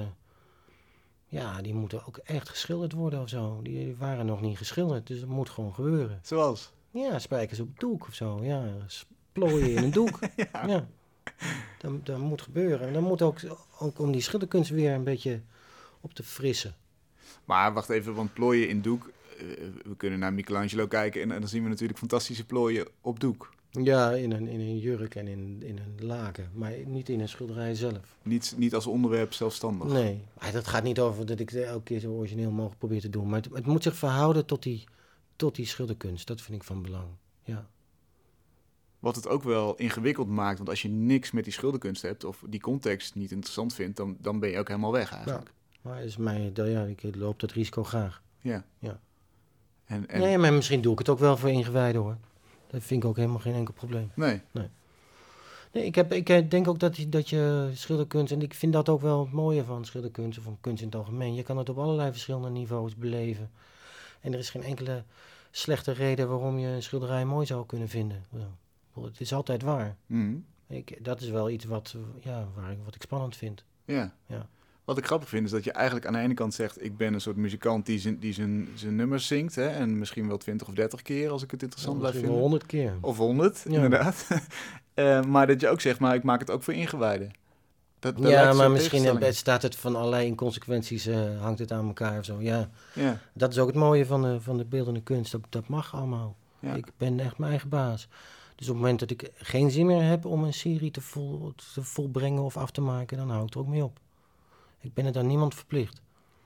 ja, die moeten ook echt geschilderd worden of zo. Die waren nog niet geschilderd, dus dat moet gewoon gebeuren. Zoals? Ja, spijkers op doek of zo, ja, plooien in een doek. ja. ja. Dat, dat moet gebeuren. En dan moet ook, ook om die schilderkunst weer een beetje op te frissen. Maar wacht even, want plooien in doek, we kunnen naar Michelangelo kijken en, en dan zien we natuurlijk fantastische plooien op doek. Ja, in een, in een jurk en in, in een laken, maar niet in een schilderij zelf. Niet, niet als onderwerp zelfstandig? Nee, dat gaat niet over dat ik het elke keer zo origineel mogelijk probeer te doen. Maar het, het moet zich verhouden tot die, tot die schilderkunst. Dat vind ik van belang, ja. Wat het ook wel ingewikkeld maakt, want als je niks met die schilderkunst hebt of die context niet interessant vindt, dan, dan ben je ook helemaal weg eigenlijk. Ja, maar is mij, ja, ik loop dat risico graag. Ja. ja. En, en... Nee, maar misschien doe ik het ook wel voor ingewijden hoor. Dat vind ik ook helemaal geen enkel probleem. Nee. Nee, nee ik, heb, ik denk ook dat, dat je schilderkunst, en ik vind dat ook wel het mooie van schilderkunst of van kunst in het algemeen. Je kan het op allerlei verschillende niveaus beleven. En er is geen enkele slechte reden waarom je een schilderij mooi zou kunnen vinden. Het is altijd waar. Mm. Ik, dat is wel iets wat, ja, waar ik, wat ik spannend vind. Ja. ja. Wat ik grappig vind is dat je eigenlijk aan de ene kant zegt, ik ben een soort muzikant die zijn, die zijn, zijn nummers zingt. Hè, en misschien wel twintig of dertig keer als ik het interessant ja, blijf vinden. Wel honderd keer. Of honderd, ja. Inderdaad. uh, maar dat je ook zegt, maar ik maak het ook voor ingewijden. Dat, dat ja, lijkt maar zo'n misschien tegenstelling. uh, staat het van allerlei inconsequenties, uh, hangt het aan elkaar of zo. Ja. Ja. Dat is ook het mooie van de, van de beeldende kunst. Dat, dat mag allemaal. Ja. Ik ben echt mijn eigen baas. Dus op het moment dat ik geen zin meer heb om een serie te, vol, te volbrengen of af te maken, dan hou ik er ook mee op. Ik ben er aan niemand verplicht.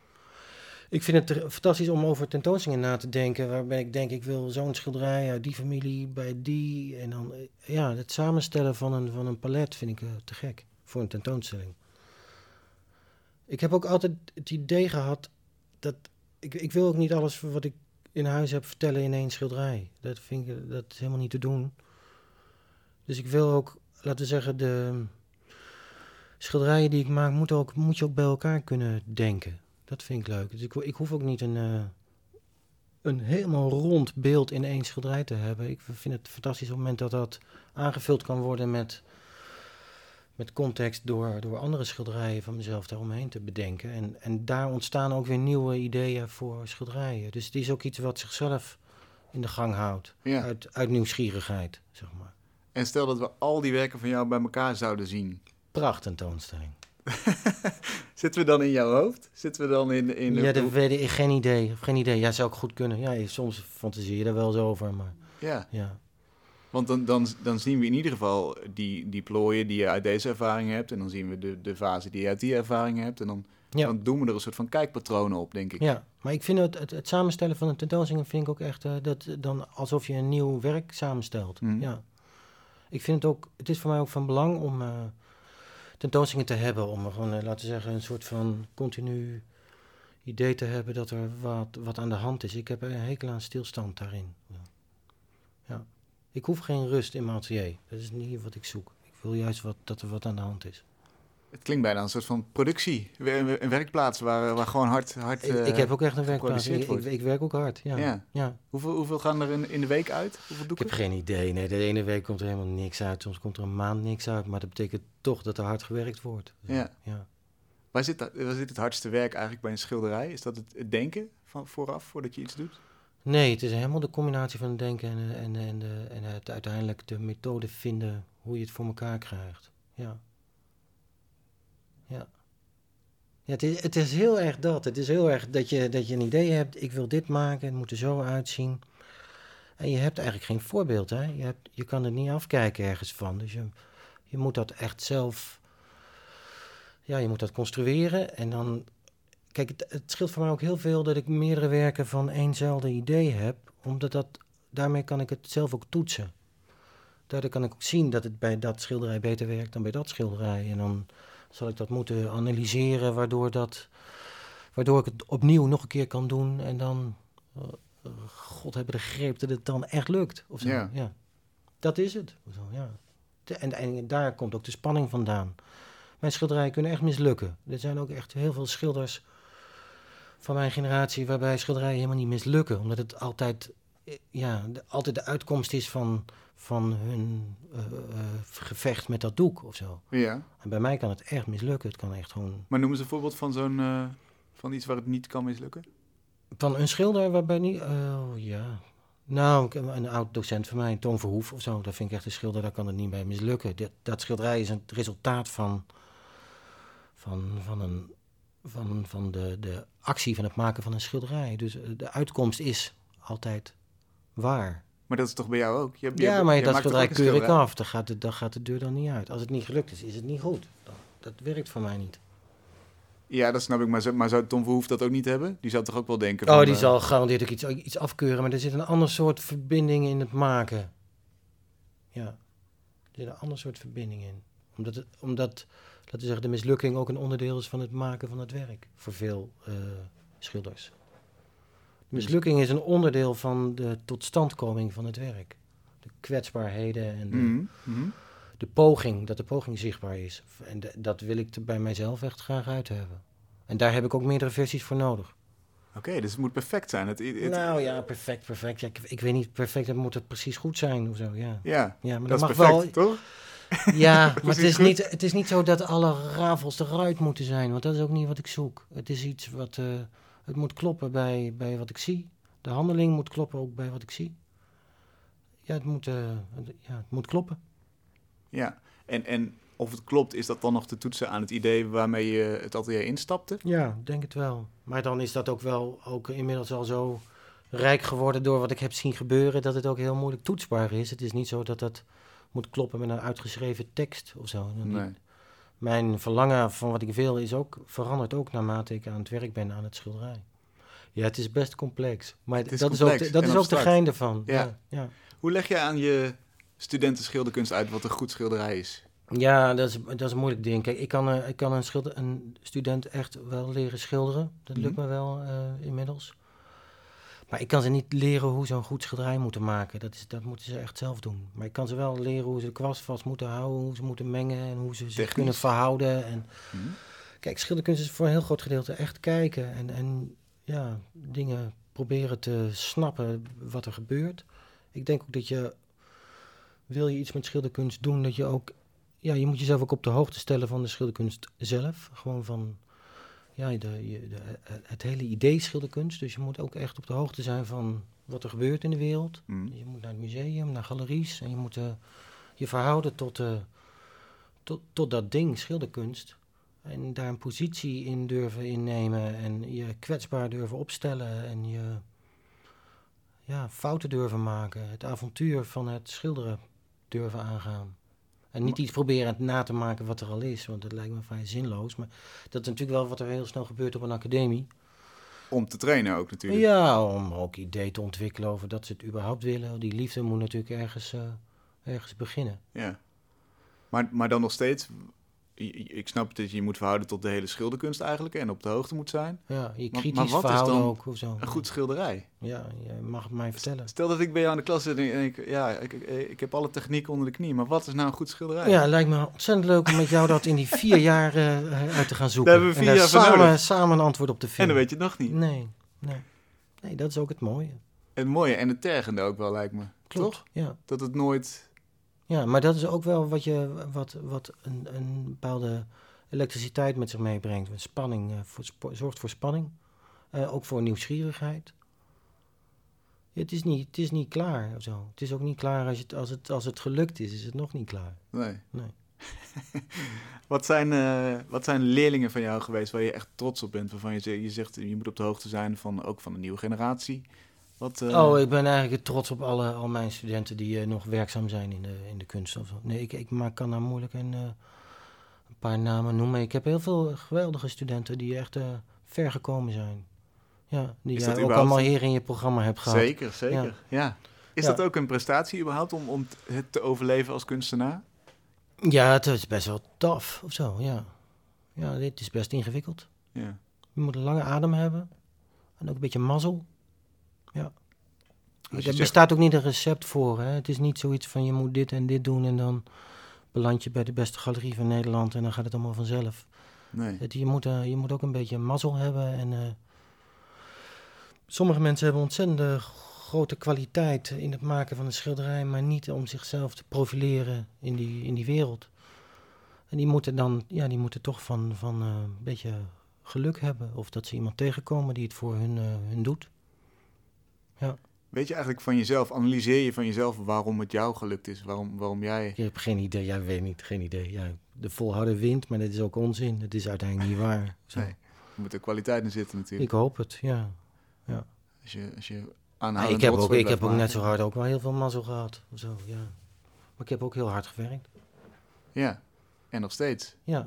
Ik vind het fantastisch om over tentoonstellingen na te denken, waarbij ik denk, ik wil zo'n schilderij uit die familie, bij die. En dan, ja, het samenstellen van een, van een palet vind ik uh, te gek voor een tentoonstelling. Ik heb ook altijd het idee gehad dat, ik, ik wil ook niet alles wat ik in huis heb vertellen in één schilderij. Dat vind ik, dat is helemaal niet te doen. Dus ik wil ook, laten we zeggen, de schilderijen die ik maak, moet, ook, moet je ook bij elkaar kunnen denken. Dat vind ik leuk. Dus ik, ik hoef ook niet een, uh, een helemaal rond beeld in één schilderij te hebben. Ik vind het fantastisch op het moment dat dat aangevuld kan worden met, met context door, door andere schilderijen van mezelf daaromheen te bedenken. En, en daar ontstaan ook weer nieuwe ideeën voor schilderijen. Dus het is ook iets wat zichzelf in de gang houdt. Ja. Uit, uit nieuwsgierigheid, zeg maar. En stel dat we al die werken van jou bij elkaar zouden zien. Prachttentoonstelling. Zitten we dan in jouw hoofd? Zitten we dan in... in ja, dat weet ik. Geen idee. Geen idee. Ja, zou ik goed kunnen. Ja, soms fantaseer je er wel eens over, maar... Ja. ja. Want dan, dan, dan zien we in ieder geval die, die plooien die je uit deze ervaring hebt. En dan zien we de, de fase die je uit die ervaring hebt. En dan, ja. dan doen we er een soort van kijkpatronen op, denk ik. Ja, maar ik vind het, het, het samenstellen van een tentoonstelling vind ik ook echt... Uh, dat dan alsof je een nieuw werk samenstelt. Mm. Ja. Ik vind het ook... Het is voor mij ook van belang om... Uh, tentoonstellingen te hebben, om gewoon, uh, laten we zeggen, een soort van continu idee te hebben dat er wat, wat aan de hand is. Ik heb een hekel aan stilstand daarin. Ja. Ik hoef geen rust in mijn atelier. Dat is niet wat ik zoek. Ik wil juist wat, dat er wat aan de hand is. Het klinkt bijna een soort van productie. Een werkplaats waar, waar gewoon hard, hard ik, uh, ik heb ook echt een werkplaats. Ik, ik, ik werk ook hard, ja. ja. ja. Hoeveel, hoeveel gaan er in, in de week uit? Hoeveel ik heb geen idee. Nee, de ene week komt er helemaal niks uit. Soms komt er een maand niks uit. Maar dat betekent toch dat er hard gewerkt wordt. Dus, ja. ja. Waar zit, dat, waar zit het hardste werk eigenlijk bij een schilderij? Is dat het, het denken van vooraf, voordat je iets doet? Nee, het is helemaal de combinatie van het denken en, en, en, de, en het uiteindelijk de methode vinden hoe je het voor elkaar krijgt. Ja. Ja. Ja, het is, het is heel erg dat. Het is heel erg dat je, dat je een idee hebt, ik wil dit maken, het moet er zo uitzien. En je hebt eigenlijk geen voorbeeld, hè. Je, hebt, je kan het niet afkijken ergens van. Dus je, je moet dat echt zelf... Ja, je moet dat construeren en dan... Kijk, het, het scheelt voor mij ook heel veel dat ik meerdere werken van éénzelfde idee heb. Omdat dat... Daarmee kan ik het zelf ook toetsen. Daardoor kan ik ook zien dat het bij dat schilderij beter werkt dan bij dat schilderij. En dan... zal ik dat moeten analyseren, waardoor, dat, waardoor ik het opnieuw nog een keer kan doen. En dan, uh, God hebben de greep dat het dan echt lukt. Of zo. Ja. Ja. Dat is het. Zo, ja. En, en daar komt ook de spanning vandaan. Mijn schilderijen kunnen echt mislukken. Er zijn ook echt heel veel schilders van mijn generatie waarbij schilderijen helemaal niet mislukken. Omdat het altijd, ja, de, altijd de uitkomst is van... van hun uh, uh, gevecht met dat doek of zo. Ja. En bij mij kan het echt mislukken. Het kan echt gewoon... Maar noem eens een voorbeeld van zo'n... Uh, van iets waar het niet kan mislukken? Van een schilder waarbij niet... Oh, ja. Nou, een oud docent van mij, Toon Verhoef of zo. Dat vind ik echt een schilder, daar kan het niet bij mislukken. Dat, dat schilderij is een resultaat van... van, van, een, van, van de, de actie van het maken van een schilderij. Dus de uitkomst is altijd waar. Maar dat is toch bij jou ook? Je, je, ja, maar je dat schilderij keur ik af. Dan gaat, de, dan gaat de deur dan niet uit. Als het niet gelukt is, is het niet goed. Dat, dat werkt voor mij niet. Ja, dat snap ik. Maar, maar zou Tom Verhoef dat ook niet hebben? Die zou toch ook wel denken van... Oh, die uh... zal gegarandeerd ook iets, iets afkeuren. Maar er zit een ander soort verbinding in het maken. Ja. Er zit een ander soort verbinding in. Omdat, het, omdat laten we zeggen, de mislukking ook een onderdeel is van het maken van het werk. Voor veel uh, schilders. Mislukking is een onderdeel van de totstandkoming van het werk. De kwetsbaarheden en de, mm-hmm. de poging, dat de poging zichtbaar is. En de, dat wil ik er bij mijzelf echt graag uit hebben. En daar heb ik ook meerdere versies voor nodig. Oké, okay, dus het moet perfect zijn. Het, het, nou ja, perfect, perfect. Ja, ik, ik weet niet, perfect, het moet het precies goed zijn of zo, ja. Ja, ja maar dat, dat is mag perfect, wel, toch? Ja, maar het is, niet, het is niet zo dat alle rafels eruit moeten zijn, want dat is ook niet wat ik zoek. Het is iets wat... Uh, het moet kloppen bij, bij wat ik zie. De handeling moet kloppen ook bij wat ik zie. Ja, het moet, uh, ja, het moet kloppen. Ja, en, en of het klopt, is dat dan nog te toetsen aan het idee waarmee je het atelier instapte? Ja, denk het wel. Maar dan is dat ook wel ook inmiddels al zo rijk geworden door wat ik heb zien gebeuren, dat het ook heel moeilijk toetsbaar is. Het is niet zo dat dat moet kloppen met een uitgeschreven tekst of zo. Nee. Mijn verlangen van wat ik wil is ook, verandert ook naarmate ik aan het werk ben aan het schilderij. Ja, het is best complex. Maar Het is dat complex is ook de, dat en is ook de abstract. gein ervan. Ja. Ja, ja. Hoe leg je aan je studenten schilderkunst uit wat een goed schilderij is? Ja, dat is, dat is een moeilijk ding. Kijk, ik kan, uh, ik kan een, schilder, een student echt wel leren schilderen. Dat lukt Mhm. me wel uh, inmiddels. Maar ik kan ze niet leren hoe ze een goed schilderij moeten maken. Dat, is, dat moeten ze echt zelf doen. Maar ik kan ze wel leren hoe ze de kwast vast moeten houden, hoe ze moeten mengen en hoe ze zich Technisch. kunnen verhouden. En, Mhm. kijk, schilderkunst is voor een heel groot gedeelte echt kijken en, en ja, dingen proberen te snappen wat er gebeurt. Ik denk ook dat je, wil je iets met schilderkunst doen, dat je ook, ja, je moet jezelf ook op de hoogte stellen van de schilderkunst zelf. Gewoon van, ja, de, je- de, het hele idee schilderkunst. Dus je moet ook echt op de hoogte zijn van wat er gebeurt in de wereld. Mhm. Je moet naar het museum, naar galeries en je moet eh, je verhouden tot, eh, tot, tot dat ding, schilderkunst. En daar een positie in durven innemen en je kwetsbaar durven opstellen en je ja, fouten durven maken. Het avontuur van het schilderen durven aangaan. En niet iets proberen na te maken wat er al is, want dat lijkt me vrij zinloos. Maar dat is natuurlijk wel wat er heel snel gebeurt op een academie. Om te trainen ook natuurlijk. Ja, om ook ideeën te ontwikkelen over dat ze het überhaupt willen. Die liefde moet natuurlijk ergens, uh, ergens beginnen. Ja. Maar, maar dan nog steeds, i- i- ik snap dat je je moet verhouden tot de hele schilderkunst eigenlijk en op de hoogte moet zijn. Ja, je Maar- kritisch maar wat is verhouden dan ook of zo. Een goed schilderij. Ja, je mag het mij vertellen. Stel dat ik bij jou in de klas zit en ik, ja, ik, ik, ik heb alle techniek onder de knie, maar wat is nou een goed schilderij? Ja, het lijkt me ontzettend leuk om met jou dat in die vier jaar uh, uit te gaan zoeken. Daar hebben we vier en daar jaar voor samen, nodig. samen een antwoord op te En vinden. dan weet je het nog niet. Nee, nee. Nee, dat is ook het mooie. Het mooie en het tergende ook wel, lijkt me. Klopt, Toch? ja. Dat het nooit... Ja, maar dat is ook wel wat, je, wat, wat een, een bepaalde elektriciteit met zich meebrengt. Spanning, uh, voor, spo- zorgt voor spanning. Uh, ook voor nieuwsgierigheid. Ja, het, is niet, het is niet klaar of zo. Het is ook niet klaar als het, als, het, als het gelukt is, is het nog niet klaar. Nee. Nee. Wat zijn, uh, wat zijn leerlingen van jou geweest waar je echt trots op bent? Waarvan je, zegt- je zegt, je moet op de hoogte zijn van, ook van de nieuwe generatie. Wat, uh... Oh, ik ben eigenlijk trots op alle, al mijn studenten die uh, nog werkzaam zijn in de, in de kunst. Of zo. Nee, ik, ik maak, kan nou moeilijk een, uh, een paar namen noemen. Ik heb heel veel geweldige studenten die echt uh, ver gekomen zijn. Ja, die Is jij dat ook überhaupt- allemaal hier in je programma hebt gehad. Zeker, zeker. Ja. Ja. Is Ja. dat ook een prestatie überhaupt om, om t- het te overleven als kunstenaar? Ja, het is best wel tof of zo, ja. Ja, dit is best ingewikkeld. Ja. Je moet een lange adem hebben. En ook een beetje mazzel. Ja. Als je Er zegt- bestaat ook niet een recept voor. Hè? Het is niet zoiets van je moet dit en dit doen en dan beland je bij de beste galerie van Nederland en dan gaat het allemaal vanzelf. Nee. Het, je, moet, uh, je moet ook een beetje mazzel hebben. En, uh, sommige mensen hebben ontzettende grote kwaliteit in het maken van een schilderij, maar niet om zichzelf te profileren in die, in die wereld. En die moeten dan, ja, die moeten toch van, van uh, een beetje geluk hebben. Of dat ze iemand tegenkomen die het voor hun, uh, hun doet. Ja. Weet je eigenlijk van jezelf, analyseer je van jezelf waarom het jou gelukt is? Waarom, waarom jij... Ik heb geen idee, ja, weet niet, geen idee. Ja, de volhouder wint, maar dat is ook onzin. Het is uiteindelijk niet waar. Zo. Nee, er moet er kwaliteit in zitten natuurlijk. Ik hoop het, ja. ja. Als je, als je Ah, aanhoudend ik heb ook, rotzooi ik heb blijft ook net maken. zo hard ook wel heel veel mazzel gehad. Of zo, ja. Maar ik heb ook heel hard gewerkt. Ja, en nog steeds. Ja.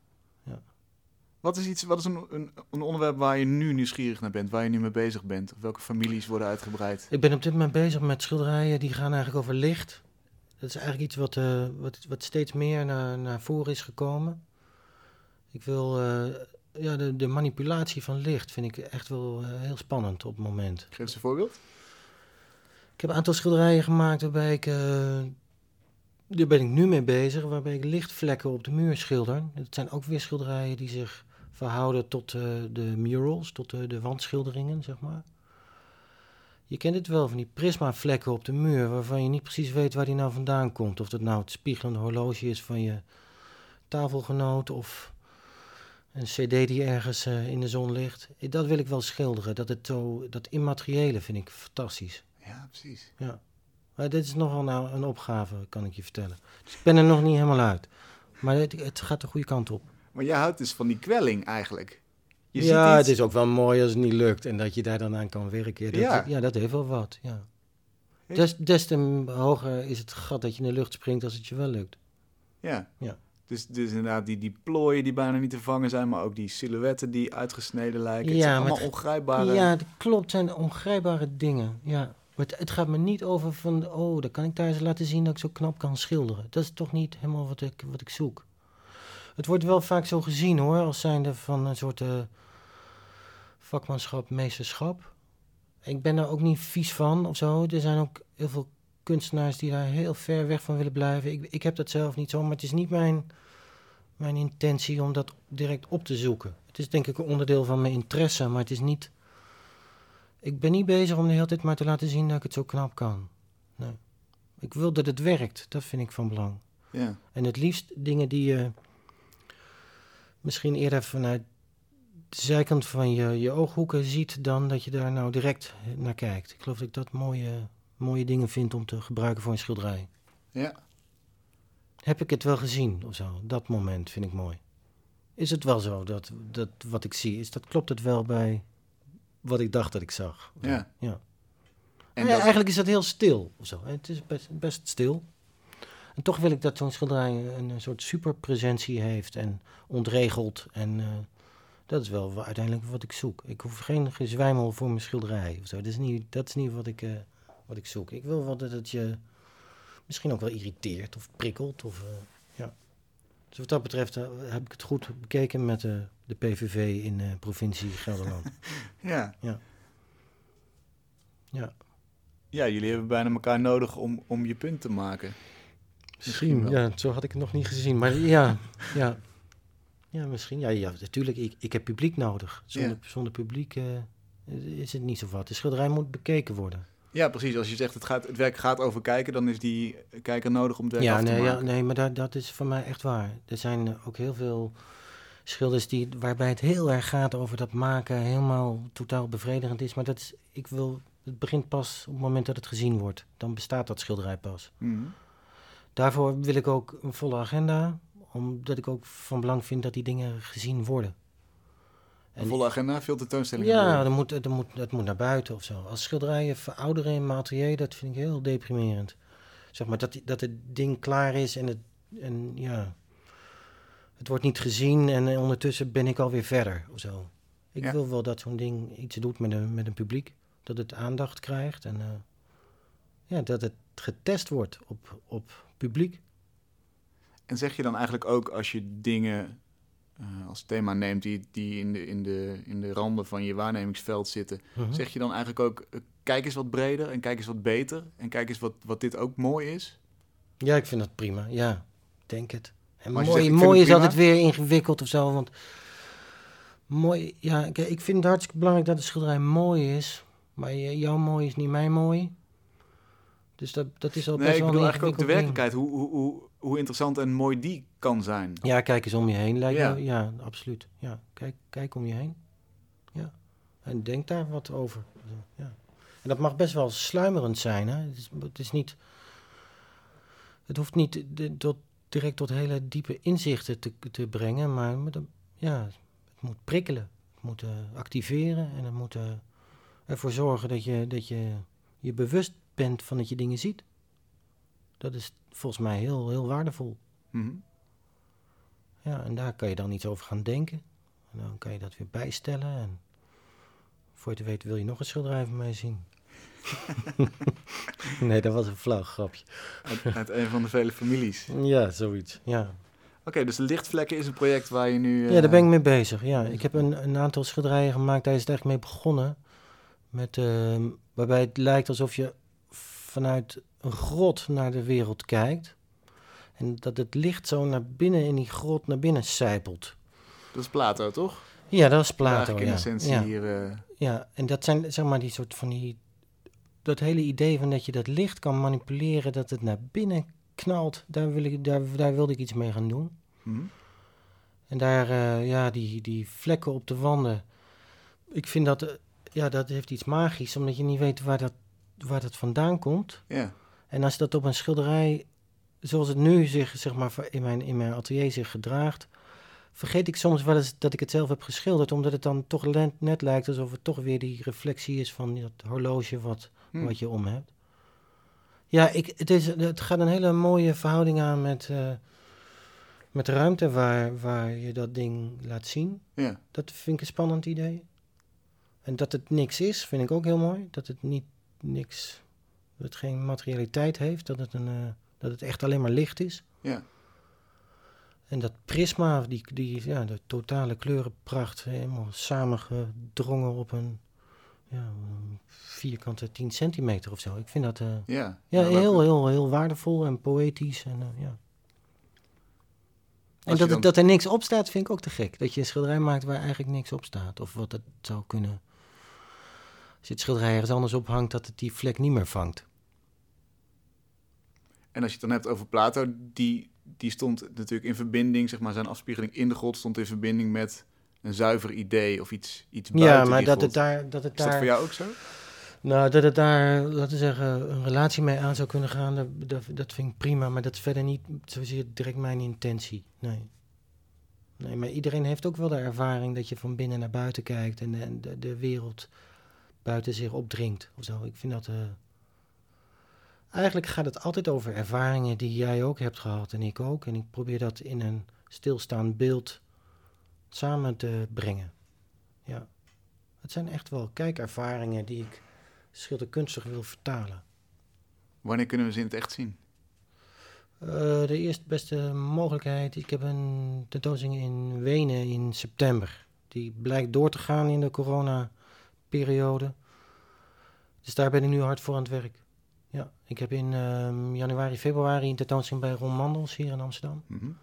Wat is, iets, wat is een, een, een onderwerp waar je nu nieuwsgierig naar bent, waar je nu mee bezig bent? Of welke families worden uitgebreid? Ik ben op dit moment bezig met schilderijen die gaan eigenlijk over licht. Dat is eigenlijk iets wat, uh, wat, wat steeds meer naar, naar voren is gekomen. Ik wil, uh, ja, de, de manipulatie van licht vind ik echt wel uh, heel spannend op het moment. Geef eens een voorbeeld. Ik heb een aantal schilderijen gemaakt waarbij ik, uh, daar ben ik nu mee bezig, waarbij ik lichtvlekken op de muur schilder. Het zijn ook weer schilderijen die zich verhouden tot uh, de murals, tot de, de wandschilderingen, zeg maar. Je kent het wel, van die prismavlekken op de muur, waarvan je niet precies weet waar die nou vandaan komt. Of dat nou het spiegelende horloge is van je tafelgenoot of een cd die ergens uh, in de zon ligt. Dat wil ik wel schilderen, dat, het zo, dat immateriële vind ik fantastisch. Ja, precies. Ja. Maar dit is nogal nou een opgave, kan ik je vertellen. Dus ik ben er nog niet helemaal uit. Maar het, het gaat de goede kant op. Maar jij houdt dus van die kwelling eigenlijk. Je ja, ziet iets... het is ook wel mooi als het niet lukt en dat je daar dan aan kan werken. Dat, Ja. ja, dat heeft wel wat, ja. Des, des te hoger is het gat dat je in de lucht springt als het je wel lukt. Ja. Ja. Dus, dus inderdaad die, die plooien die bijna niet te vangen zijn, maar ook die silhouetten die uitgesneden lijken. Het Ja, zijn maar allemaal het- ongrijpbare... Ja, dat klopt. Het zijn ongrijpbare dingen. Ja. Maar het, het gaat me niet over van... Oh, dan kan ik daar eens laten zien dat ik zo knap kan schilderen. Dat is toch niet helemaal wat ik, wat ik zoek. Het wordt wel vaak zo gezien, hoor. Als zijnde van een soort uh, vakmanschap, meesterschap. Ik ben daar ook niet vies van of zo. Er zijn ook heel veel kunstenaars die daar heel ver weg van willen blijven. Ik, ik heb dat zelf niet zo, maar het is niet mijn, mijn intentie om dat direct op te zoeken. Het is denk ik een onderdeel van mijn interesse, maar het is niet... Ik ben niet bezig om de hele tijd maar te laten zien dat ik het zo knap kan. Nee. Ik wil dat het werkt, dat vind ik van belang. Ja. En het liefst dingen die je misschien eerder vanuit de zijkant van je, je ooghoeken ziet dan dat je daar nou direct naar kijkt. Ik geloof dat ik dat mooie, mooie dingen vind om te gebruiken voor een schilderij. Ja. Heb ik het wel gezien of zo? Dat moment vind ik mooi. Is het wel zo dat, dat wat ik zie, is dat, klopt het wel bij wat ik dacht dat ik zag? Ja. Ja. En Ja, dat... eigenlijk is dat heel stil of zo. Het is best, best stil. En toch wil ik dat zo'n schilderij een, een soort superpresentie heeft en ontregeld. En uh, dat is wel uiteindelijk wat ik zoek. Ik hoef geen gezwijmel voor mijn schilderij of zo. Dat is niet, dat is niet wat, ik, uh, wat ik zoek. Ik wil wel dat het je misschien ook wel irriteert of prikkelt. Of, uh, ja. Dus wat dat betreft uh, heb ik het goed bekeken met uh, de P V V in de uh, provincie Gelderland. ja. Ja. Ja. Ja, jullie hebben bijna elkaar nodig om, om je punt te maken. Misschien, misschien ja, zo had ik het nog niet gezien. Maar ja, ja, ja misschien. Ja, ja natuurlijk, ik, ik heb publiek nodig. Zonder, ja. zonder publiek uh, is het niet zo wat. De schilderij moet bekeken worden. Ja, precies. Als je zegt het, gaat, het werk gaat over kijken, dan is die kijker nodig om het werk ja, af te nee, maken. Ja, nee, maar dat, dat is voor mij echt waar. Er zijn uh, ook heel veel schilders die, waarbij het heel erg gaat over dat maken, helemaal totaal bevredigend is. Maar dat is, ik wil, het begint pas op het moment dat het gezien wordt. Dan bestaat dat schilderij pas. Mm-hmm. Daarvoor wil ik ook een volle agenda, omdat ik ook van belang vind dat die dingen gezien worden. En een volle agenda, veel tentoonstellingen? Ja, dat moet, dat, moet, dat moet naar buiten of zo. Als schilderijen verouderen in mijn atelier, dat vind ik heel deprimerend. Zeg maar, dat, dat het ding klaar is en het, en, ja, het wordt niet gezien en ondertussen ben ik alweer verder of zo. Ik ja. wil wel dat zo'n ding iets doet met een, met een publiek, dat het aandacht krijgt en uh, ja, dat het getest wordt op, op publiek. En zeg je dan eigenlijk ook als je dingen uh, als thema neemt die, die in, de, in, de, in de randen van je waarnemingsveld zitten, uh-huh. zeg je dan eigenlijk ook uh, kijk eens wat breder en kijk eens wat beter en kijk eens wat, wat dit ook mooi is? Ja, ik vind dat prima. Ja, denk het. En maar mooi, zegt, mooi is altijd weer ingewikkeld of zo, want mooi, ja, ik, ik vind het hartstikke belangrijk dat de schilderij mooi is, maar jouw mooi is niet mijn mooi. Dus dat, dat is al nee, best wel een Nee, ik bedoel eigenlijk ook de ding. werkelijkheid. Hoe, hoe, hoe, hoe interessant en mooi die kan zijn. Ja, kijk eens om je heen. Lijkt ja. Me, ja, absoluut. Ja, kijk, kijk om je heen. Ja. En denk daar wat over. Ja. En dat mag best wel sluimerend zijn. Hè? Het, is, het is niet... Het hoeft niet de, tot, direct tot hele diepe inzichten te, te brengen, maar met een, ja, het moet prikkelen. Het moet uh, activeren en het moet uh, ervoor zorgen dat je, dat je je bewust bent van dat je dingen ziet. Dat is volgens mij heel, heel waardevol. Mm-hmm. Ja, en daar kan je dan iets over gaan denken. En dan kan je dat weer bijstellen. En voor je te weten wil je nog een schilderij van mij zien. Nee, dat was een flauw grapje. Uit, uit een van de vele families. Ja, zoiets, ja. Oké, okay, dus de lichtvlekken is een project waar je nu... Uh... Ja, daar ben ik mee bezig, ja. Ik heb een, een aantal schilderijen gemaakt, daar is het eigenlijk mee begonnen. Met, uh, waarbij het lijkt alsof je vanuit een grot naar de wereld kijkt. En dat het licht zo naar binnen in die grot naar binnen sijpelt. Dat is Plato, toch? Ja, dat is Plato, ja. in essentie ja. hier... Uh... Ja, en dat zijn zeg maar die soort van die... Dat hele idee van dat je dat licht kan manipuleren, dat het naar binnen knalt, daar, wil ik, daar, daar wilde ik iets mee gaan doen. Mm-hmm. En daar, uh, ja, die, die vlekken op de wanden. Ik vind dat, uh, ja, dat heeft iets magisch, omdat je niet weet waar dat, waar dat vandaan komt. Yeah. En als je dat op een schilderij zoals het nu zich, zeg maar, in mijn, in mijn atelier zich gedraagt, vergeet ik soms wel eens dat ik het zelf heb geschilderd, omdat het dan toch net, net lijkt alsof het toch weer die reflectie is van dat horloge wat, hmm. wat je om hebt. Ja, ik, het, is, het gaat een hele mooie verhouding aan met, uh, met de ruimte waar, waar je dat ding laat zien. Ja. Dat vind ik een spannend idee. En dat het niks is, vind ik ook heel mooi. Dat het niet niks, dat het geen materialiteit heeft, dat het, een, uh, dat het echt alleen maar licht is. Ja. En dat prisma, die, die, ja, de totale kleurenpracht, helemaal samengedrongen op een, ja, een vierkante tien centimeter of zo. Ik vind dat uh, ja, ja, heel, heel, heel, heel waardevol en poëtisch. En, uh, ja. en dat, dan... dat er niks op staat, vind ik ook te gek. Dat je een schilderij maakt waar eigenlijk niks op staat. Of wat het zou kunnen. Als je het schilderij ergens anders ophangt, dat het die vlek niet meer vangt. En als je het dan hebt over Plato, die, die stond natuurlijk in verbinding, zeg maar, zijn afspiegeling in de god stond in verbinding met een zuiver idee of iets, iets buiten ja, maar die dat god. Het daar, dat het Is daar, dat voor jou ook zo? Nou, dat het daar, laten we zeggen, een relatie mee aan zou kunnen gaan, dat, dat, dat vind ik prima. Maar dat is verder niet zozeer direct mijn intentie, nee. Nee, maar iedereen heeft ook wel de ervaring dat je van binnen naar buiten kijkt en de, de, de wereld buiten zich opdringt of zo. Ik vind dat... Uh, Eigenlijk gaat het altijd over ervaringen die jij ook hebt gehad en ik ook. En ik probeer dat in een stilstaand beeld samen te brengen. Ja. Het zijn echt wel kijkervaringen die ik schilderkunstig wil vertalen. Wanneer kunnen we ze in het echt zien? Uh, de eerste beste mogelijkheid. Ik heb een tentoonstelling in Wenen in september. Die blijkt door te gaan in de coronaperiode. Dus daar ben ik nu hard voor aan het werk. Ja, ik heb in uh, januari, februari een tentoonstelling bij Ron Mandels hier in Amsterdam. Mm-hmm.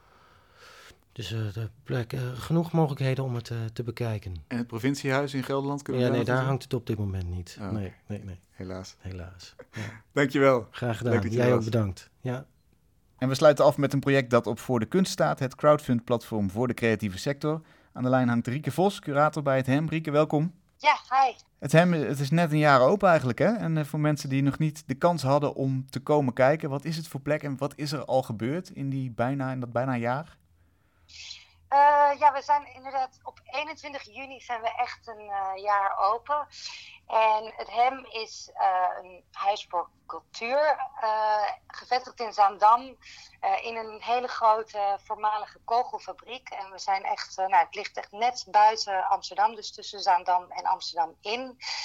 Dus uh, er blijkt uh, genoeg mogelijkheden om het uh, te bekijken. En het provinciehuis in Gelderland? Kunnen we ja, nee, daar zien? hangt het op dit moment niet. Oh, nee, nee, nee. Helaas. Helaas. Ja. Dankjewel. Graag gedaan. Jij ook bedankt. Ja. En we sluiten af met een project dat op Voor de Kunst staat. Het crowdfund-platform voor de creatieve sector. Aan de lijn hangt Rieke Vos, curator bij het Hem. Rieke, welkom. Ja, hi. Het Hem, het is net een jaar open eigenlijk, hè? En uh, voor mensen die nog niet de kans hadden om te komen kijken, wat is het voor plek en wat is er al gebeurd in, die bijna, in dat bijna jaar? Uh, ja, we zijn inderdaad op eenentwintig juni zijn we echt een uh, jaar open. En het Hem is uh, een huis voor cultuur, uh, gevestigd in Zaandam, uh, in een hele grote voormalige kogelfabriek. En we zijn echt, uh, nou, het ligt echt net buiten Amsterdam, dus tussen Zaandam en Amsterdam in.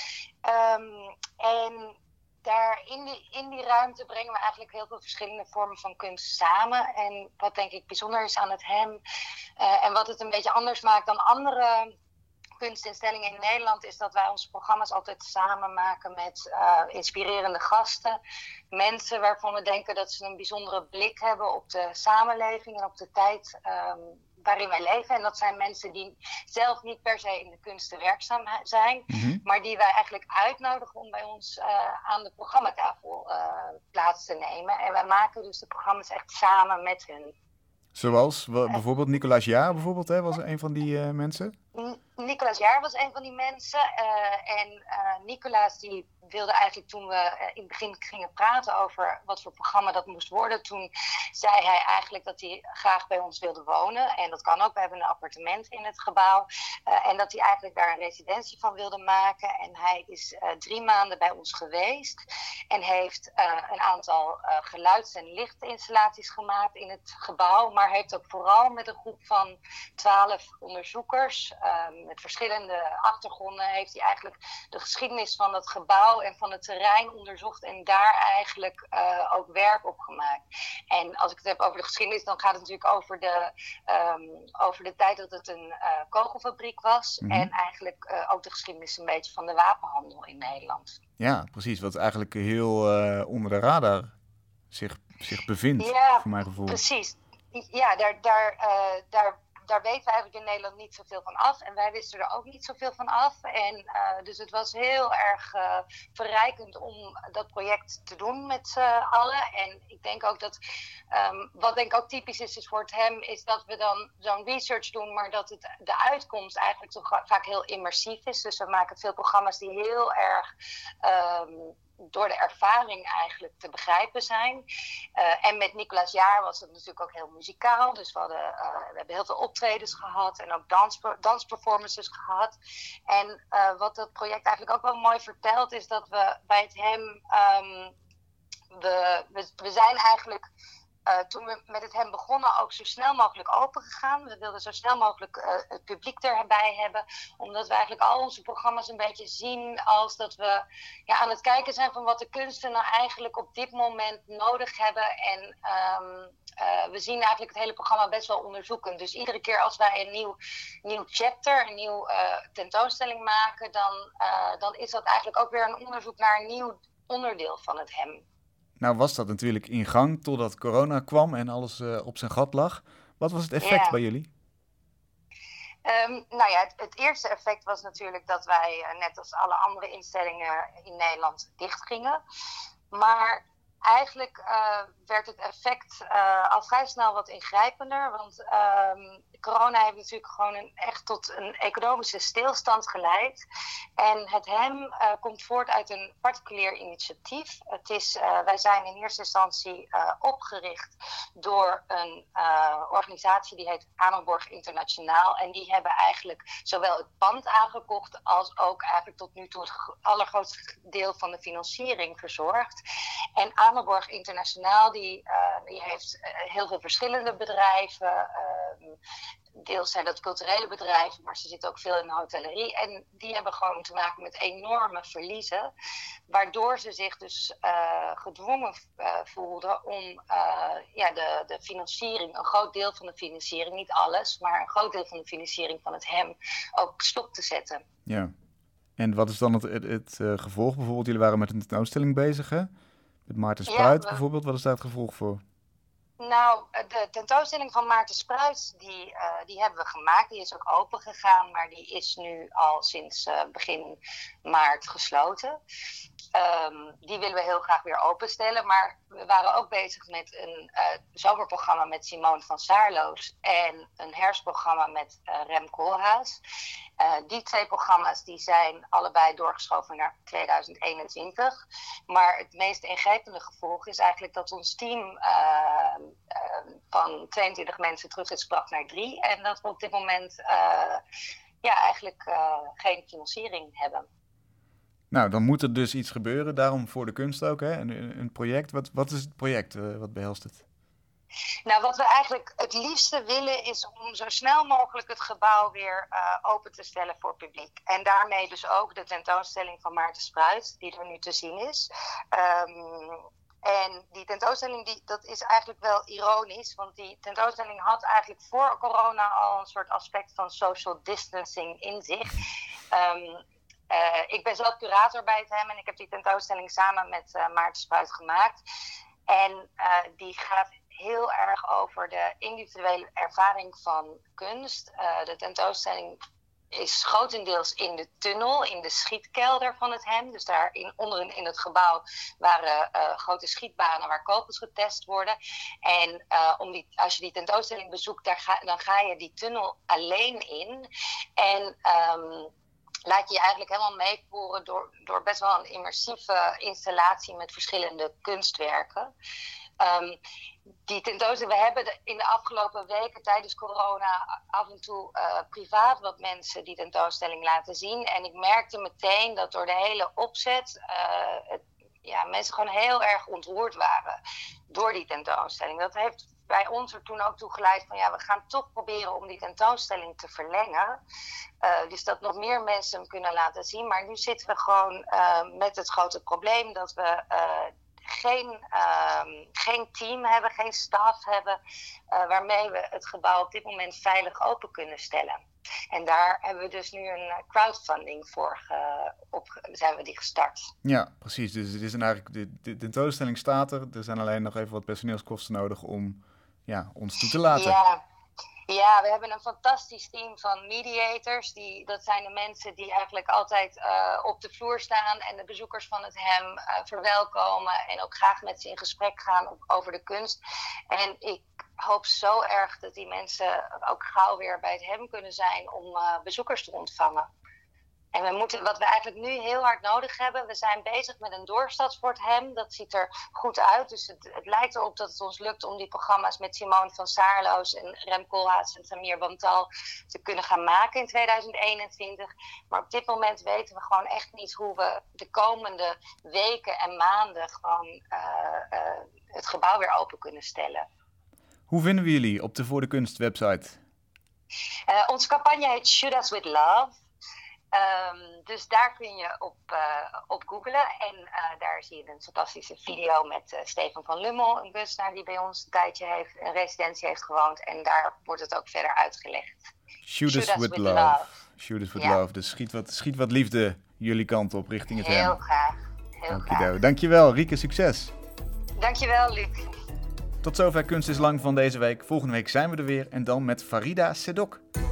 Um, en daar in die, in die ruimte brengen we eigenlijk heel veel verschillende vormen van kunst samen. En wat denk ik bijzonder is aan het Hem, uh, en wat het een beetje anders maakt dan andere kunstinstellingen in Nederland, is dat wij onze programma's altijd samen maken met uh, inspirerende gasten. Mensen waarvan we denken dat ze een bijzondere blik hebben op de samenleving en op de tijd um, waarin wij leven. En dat zijn mensen die zelf niet per se in de kunsten werkzaam zijn, mm-hmm. maar die wij eigenlijk uitnodigen om bij ons uh, aan de programmatafel uh, plaats te nemen. En wij maken dus de programma's echt samen met hun. Zoals w- bijvoorbeeld Nicolaas Jaar bijvoorbeeld, hè, was een van die uh, mensen? N- Nicolaas Jaar was een van die mensen. Uh, en uh, Nicolaas die wilde eigenlijk, toen we uh, in het begin gingen praten over wat voor programma dat moest worden, toen zei hij eigenlijk dat hij graag bij ons wilde wonen. En dat kan ook, we hebben een appartement in het gebouw. Uh, en dat hij eigenlijk daar een residentie van wilde maken. En hij is uh, drie maanden bij ons geweest. En heeft uh, een aantal uh, geluids- en lichtinstallaties gemaakt in het gebouw. Maar heeft ook vooral met een groep van twaalf onderzoekers, uh, met verschillende achtergronden, heeft hij eigenlijk de geschiedenis van dat gebouw en van het terrein onderzocht en daar eigenlijk uh, ook werk op gemaakt. En als ik het heb over de geschiedenis, dan gaat het natuurlijk over de, um, over de tijd dat het een uh, kogelfabriek was. Mm-hmm. En eigenlijk uh, ook de geschiedenis een beetje van de wapenhandel in Nederland. Ja, precies. Wat eigenlijk heel uh, onder de radar zich, zich bevindt, ja, voor mijn gevoel. Precies. Ja, daar, daar, uh, daar Daar weten we eigenlijk in Nederland niet zoveel van af. En wij wisten er ook niet zoveel van af. En uh, dus het was heel erg uh, verrijkend om dat project te doen met z'n allen. En ik denk ook dat, um, wat denk ik ook typisch is, is voor het Hem, is dat we dan zo'n research doen, maar dat het, de uitkomst eigenlijk toch vaak heel immersief is. Dus we maken veel programma's die heel erg Um, door de ervaring eigenlijk te begrijpen zijn. Uh, en met Nicolas Jaar was het natuurlijk ook heel muzikaal. Dus we, hadden, uh, we hebben heel veel optredens gehad en ook dans, dansperformances gehad. En uh, wat dat project eigenlijk ook wel mooi vertelt, is dat we bij het hem... Um, we, we, we zijn eigenlijk... Uh, toen we met het hem begonnen ook zo snel mogelijk open gegaan. We wilden zo snel mogelijk uh, het publiek erbij hebben. Omdat we eigenlijk al onze programma's een beetje zien als dat we ja, aan het kijken zijn van wat de kunsten nou eigenlijk op dit moment nodig hebben. En um, uh, we zien eigenlijk het hele programma best wel onderzoekend. Dus iedere keer als wij een nieuw, nieuw chapter, een nieuw uh, tentoonstelling maken, dan, uh, dan is dat eigenlijk ook weer een onderzoek naar een nieuw onderdeel van het hem. Nou was dat natuurlijk in gang totdat corona kwam en alles uh, op zijn gat lag. Wat was het effect yeah. bij jullie? Um, nou ja, het, het eerste effect was natuurlijk dat wij, uh, net als alle andere instellingen in Nederland, dichtgingen. Maar eigenlijk uh, werd het effect uh, al vrij snel wat ingrijpender. Want um, corona heeft natuurlijk gewoon een, echt tot een economische stilstand geleid. En het hem uh, komt voort uit een particulier initiatief. Het is, uh, wij zijn in eerste instantie uh, opgericht door een uh, organisatie die heet Amelborg Internationaal. En die hebben eigenlijk zowel het pand aangekocht als ook eigenlijk tot nu toe het allergrootste deel van de financiering verzorgd. En Amelborg Internationaal die, uh, die heeft uh, heel veel verschillende bedrijven. Uh, deels zijn dat culturele bedrijven, maar ze zitten ook veel in de hotellerie. En die hebben gewoon te maken met enorme verliezen. Waardoor ze zich dus uh, gedwongen uh, voelden om uh, ja, de, de financiering, een groot deel van de financiering, niet alles, maar een groot deel van de financiering van het hem ook stop te zetten. Ja, en wat is dan het, het, het uh, gevolg? Bijvoorbeeld, jullie waren met een tentoonstelling bezig, hè? Met Maarten Spruit ja, we... bijvoorbeeld. Wat is daar het gevolg voor? Nou, de tentoonstelling van Maarten Spruit, die, uh, die hebben we gemaakt. Die is ook open gegaan, maar die is nu al sinds uh, begin maart gesloten. Um, die willen we heel graag weer openstellen. Maar we waren ook bezig met een uh, zomerprogramma met Simone van Saarloos en een herfstprogramma met uh, Rem Koolhaas. Uh, die twee programma's die zijn allebei doorgeschoven naar tweeduizend eenentwintig. Maar het meest ingrijpende gevolg is eigenlijk dat ons team uh, uh, van tweeëntwintig mensen terug is gebracht naar drie. En dat we op dit moment uh, ja, eigenlijk uh, geen financiering hebben. Nou, dan moet er dus iets gebeuren. Daarom voor de kunst ook, hè? Een, een project. Wat, wat is het project? Uh, wat behelst het? Nou, wat we eigenlijk het liefste willen is om zo snel mogelijk het gebouw weer uh, open te stellen voor publiek. En daarmee dus ook de tentoonstelling van Maarten Spruit, die er nu te zien is. Um, en die tentoonstelling, die, dat is eigenlijk wel ironisch, want die tentoonstelling had eigenlijk voor corona al een soort aspect van social distancing in zich. Um, Uh, ik ben zelf curator bij het hem en ik heb die tentoonstelling samen met uh, Maarten Spruit gemaakt. En uh, die gaat heel erg over de individuele ervaring van kunst. Uh, de tentoonstelling is grotendeels in de tunnel, in de schietkelder van het hem. Dus daar in, onderin in het gebouw waren uh, grote schietbanen waar kogels getest worden. En uh, om die, als je die tentoonstelling bezoekt, daar ga, dan ga je die tunnel alleen in. En Um, laat je je eigenlijk helemaal meevoeren door, door best wel een immersieve installatie met verschillende kunstwerken. Um, die tentoonstelling, we hebben de, in de afgelopen weken tijdens corona af en toe uh, privaat wat mensen die tentoonstelling laten zien. En ik merkte meteen dat door de hele opzet uh, het, ja, mensen gewoon heel erg ontroerd waren door die tentoonstelling. Dat heeft bij ons er toen ook toe geleid van ja, we gaan toch proberen om die tentoonstelling te verlengen. Uh, dus dat nog meer mensen hem kunnen laten zien. Maar nu zitten we gewoon uh, met het grote probleem dat we uh, geen, uh, geen team hebben, geen staf hebben uh, waarmee we het gebouw op dit moment veilig open kunnen stellen. En daar hebben we dus nu een crowdfunding voor ge, op, zijn we die gestart. Ja, precies. Dus het is een eigenlijk, de, de tentoonstelling staat er. Er zijn alleen nog even wat personeelskosten nodig om ja, ons toe te laten. Ja. Ja, we hebben een fantastisch team van mediators. Die, dat zijn de mensen die eigenlijk altijd uh, op de vloer staan en de bezoekers van het hem uh, verwelkomen en ook graag met ze in gesprek gaan op, over de kunst. En ik hoop zo erg dat die mensen ook gauw weer bij het hem kunnen zijn om uh, bezoekers te ontvangen. En we moeten, wat we eigenlijk nu heel hard nodig hebben, we zijn bezig met een doorstart hem. Dat ziet er goed uit. Dus het, het lijkt erop dat het ons lukt om die programma's met Simone van Saarloos en Rem Koolhaas en Samir Bantal te kunnen gaan maken in tweeduizend eenentwintig. Maar op dit moment weten we gewoon echt niet hoe we de komende weken en maanden gewoon uh, uh, het gebouw weer open kunnen stellen. Hoe vinden we jullie op de Voor de Kunst website? Uh, onze campagne heet Shoot Us With Love. Um, dus daar kun je op, uh, op googlen. En uh, daar zie je een fantastische video met uh, Stefan van Lummel, een kunstenaar die bij ons een tijdje heeft, een residentie heeft gewoond. En daar wordt het ook verder uitgelegd. Shoot, Shoot Us With, with love. love. Shoot Us With ja. Love. Dus schiet wat, schiet wat liefde jullie kant op richting het hem. Heel graag. Heel Dankjewel. graag. Dankjewel, Rieke. Succes. Dankjewel, Luc. Tot zover Kunst is Lang van deze week. Volgende week zijn we er weer en dan met Farida Sedok.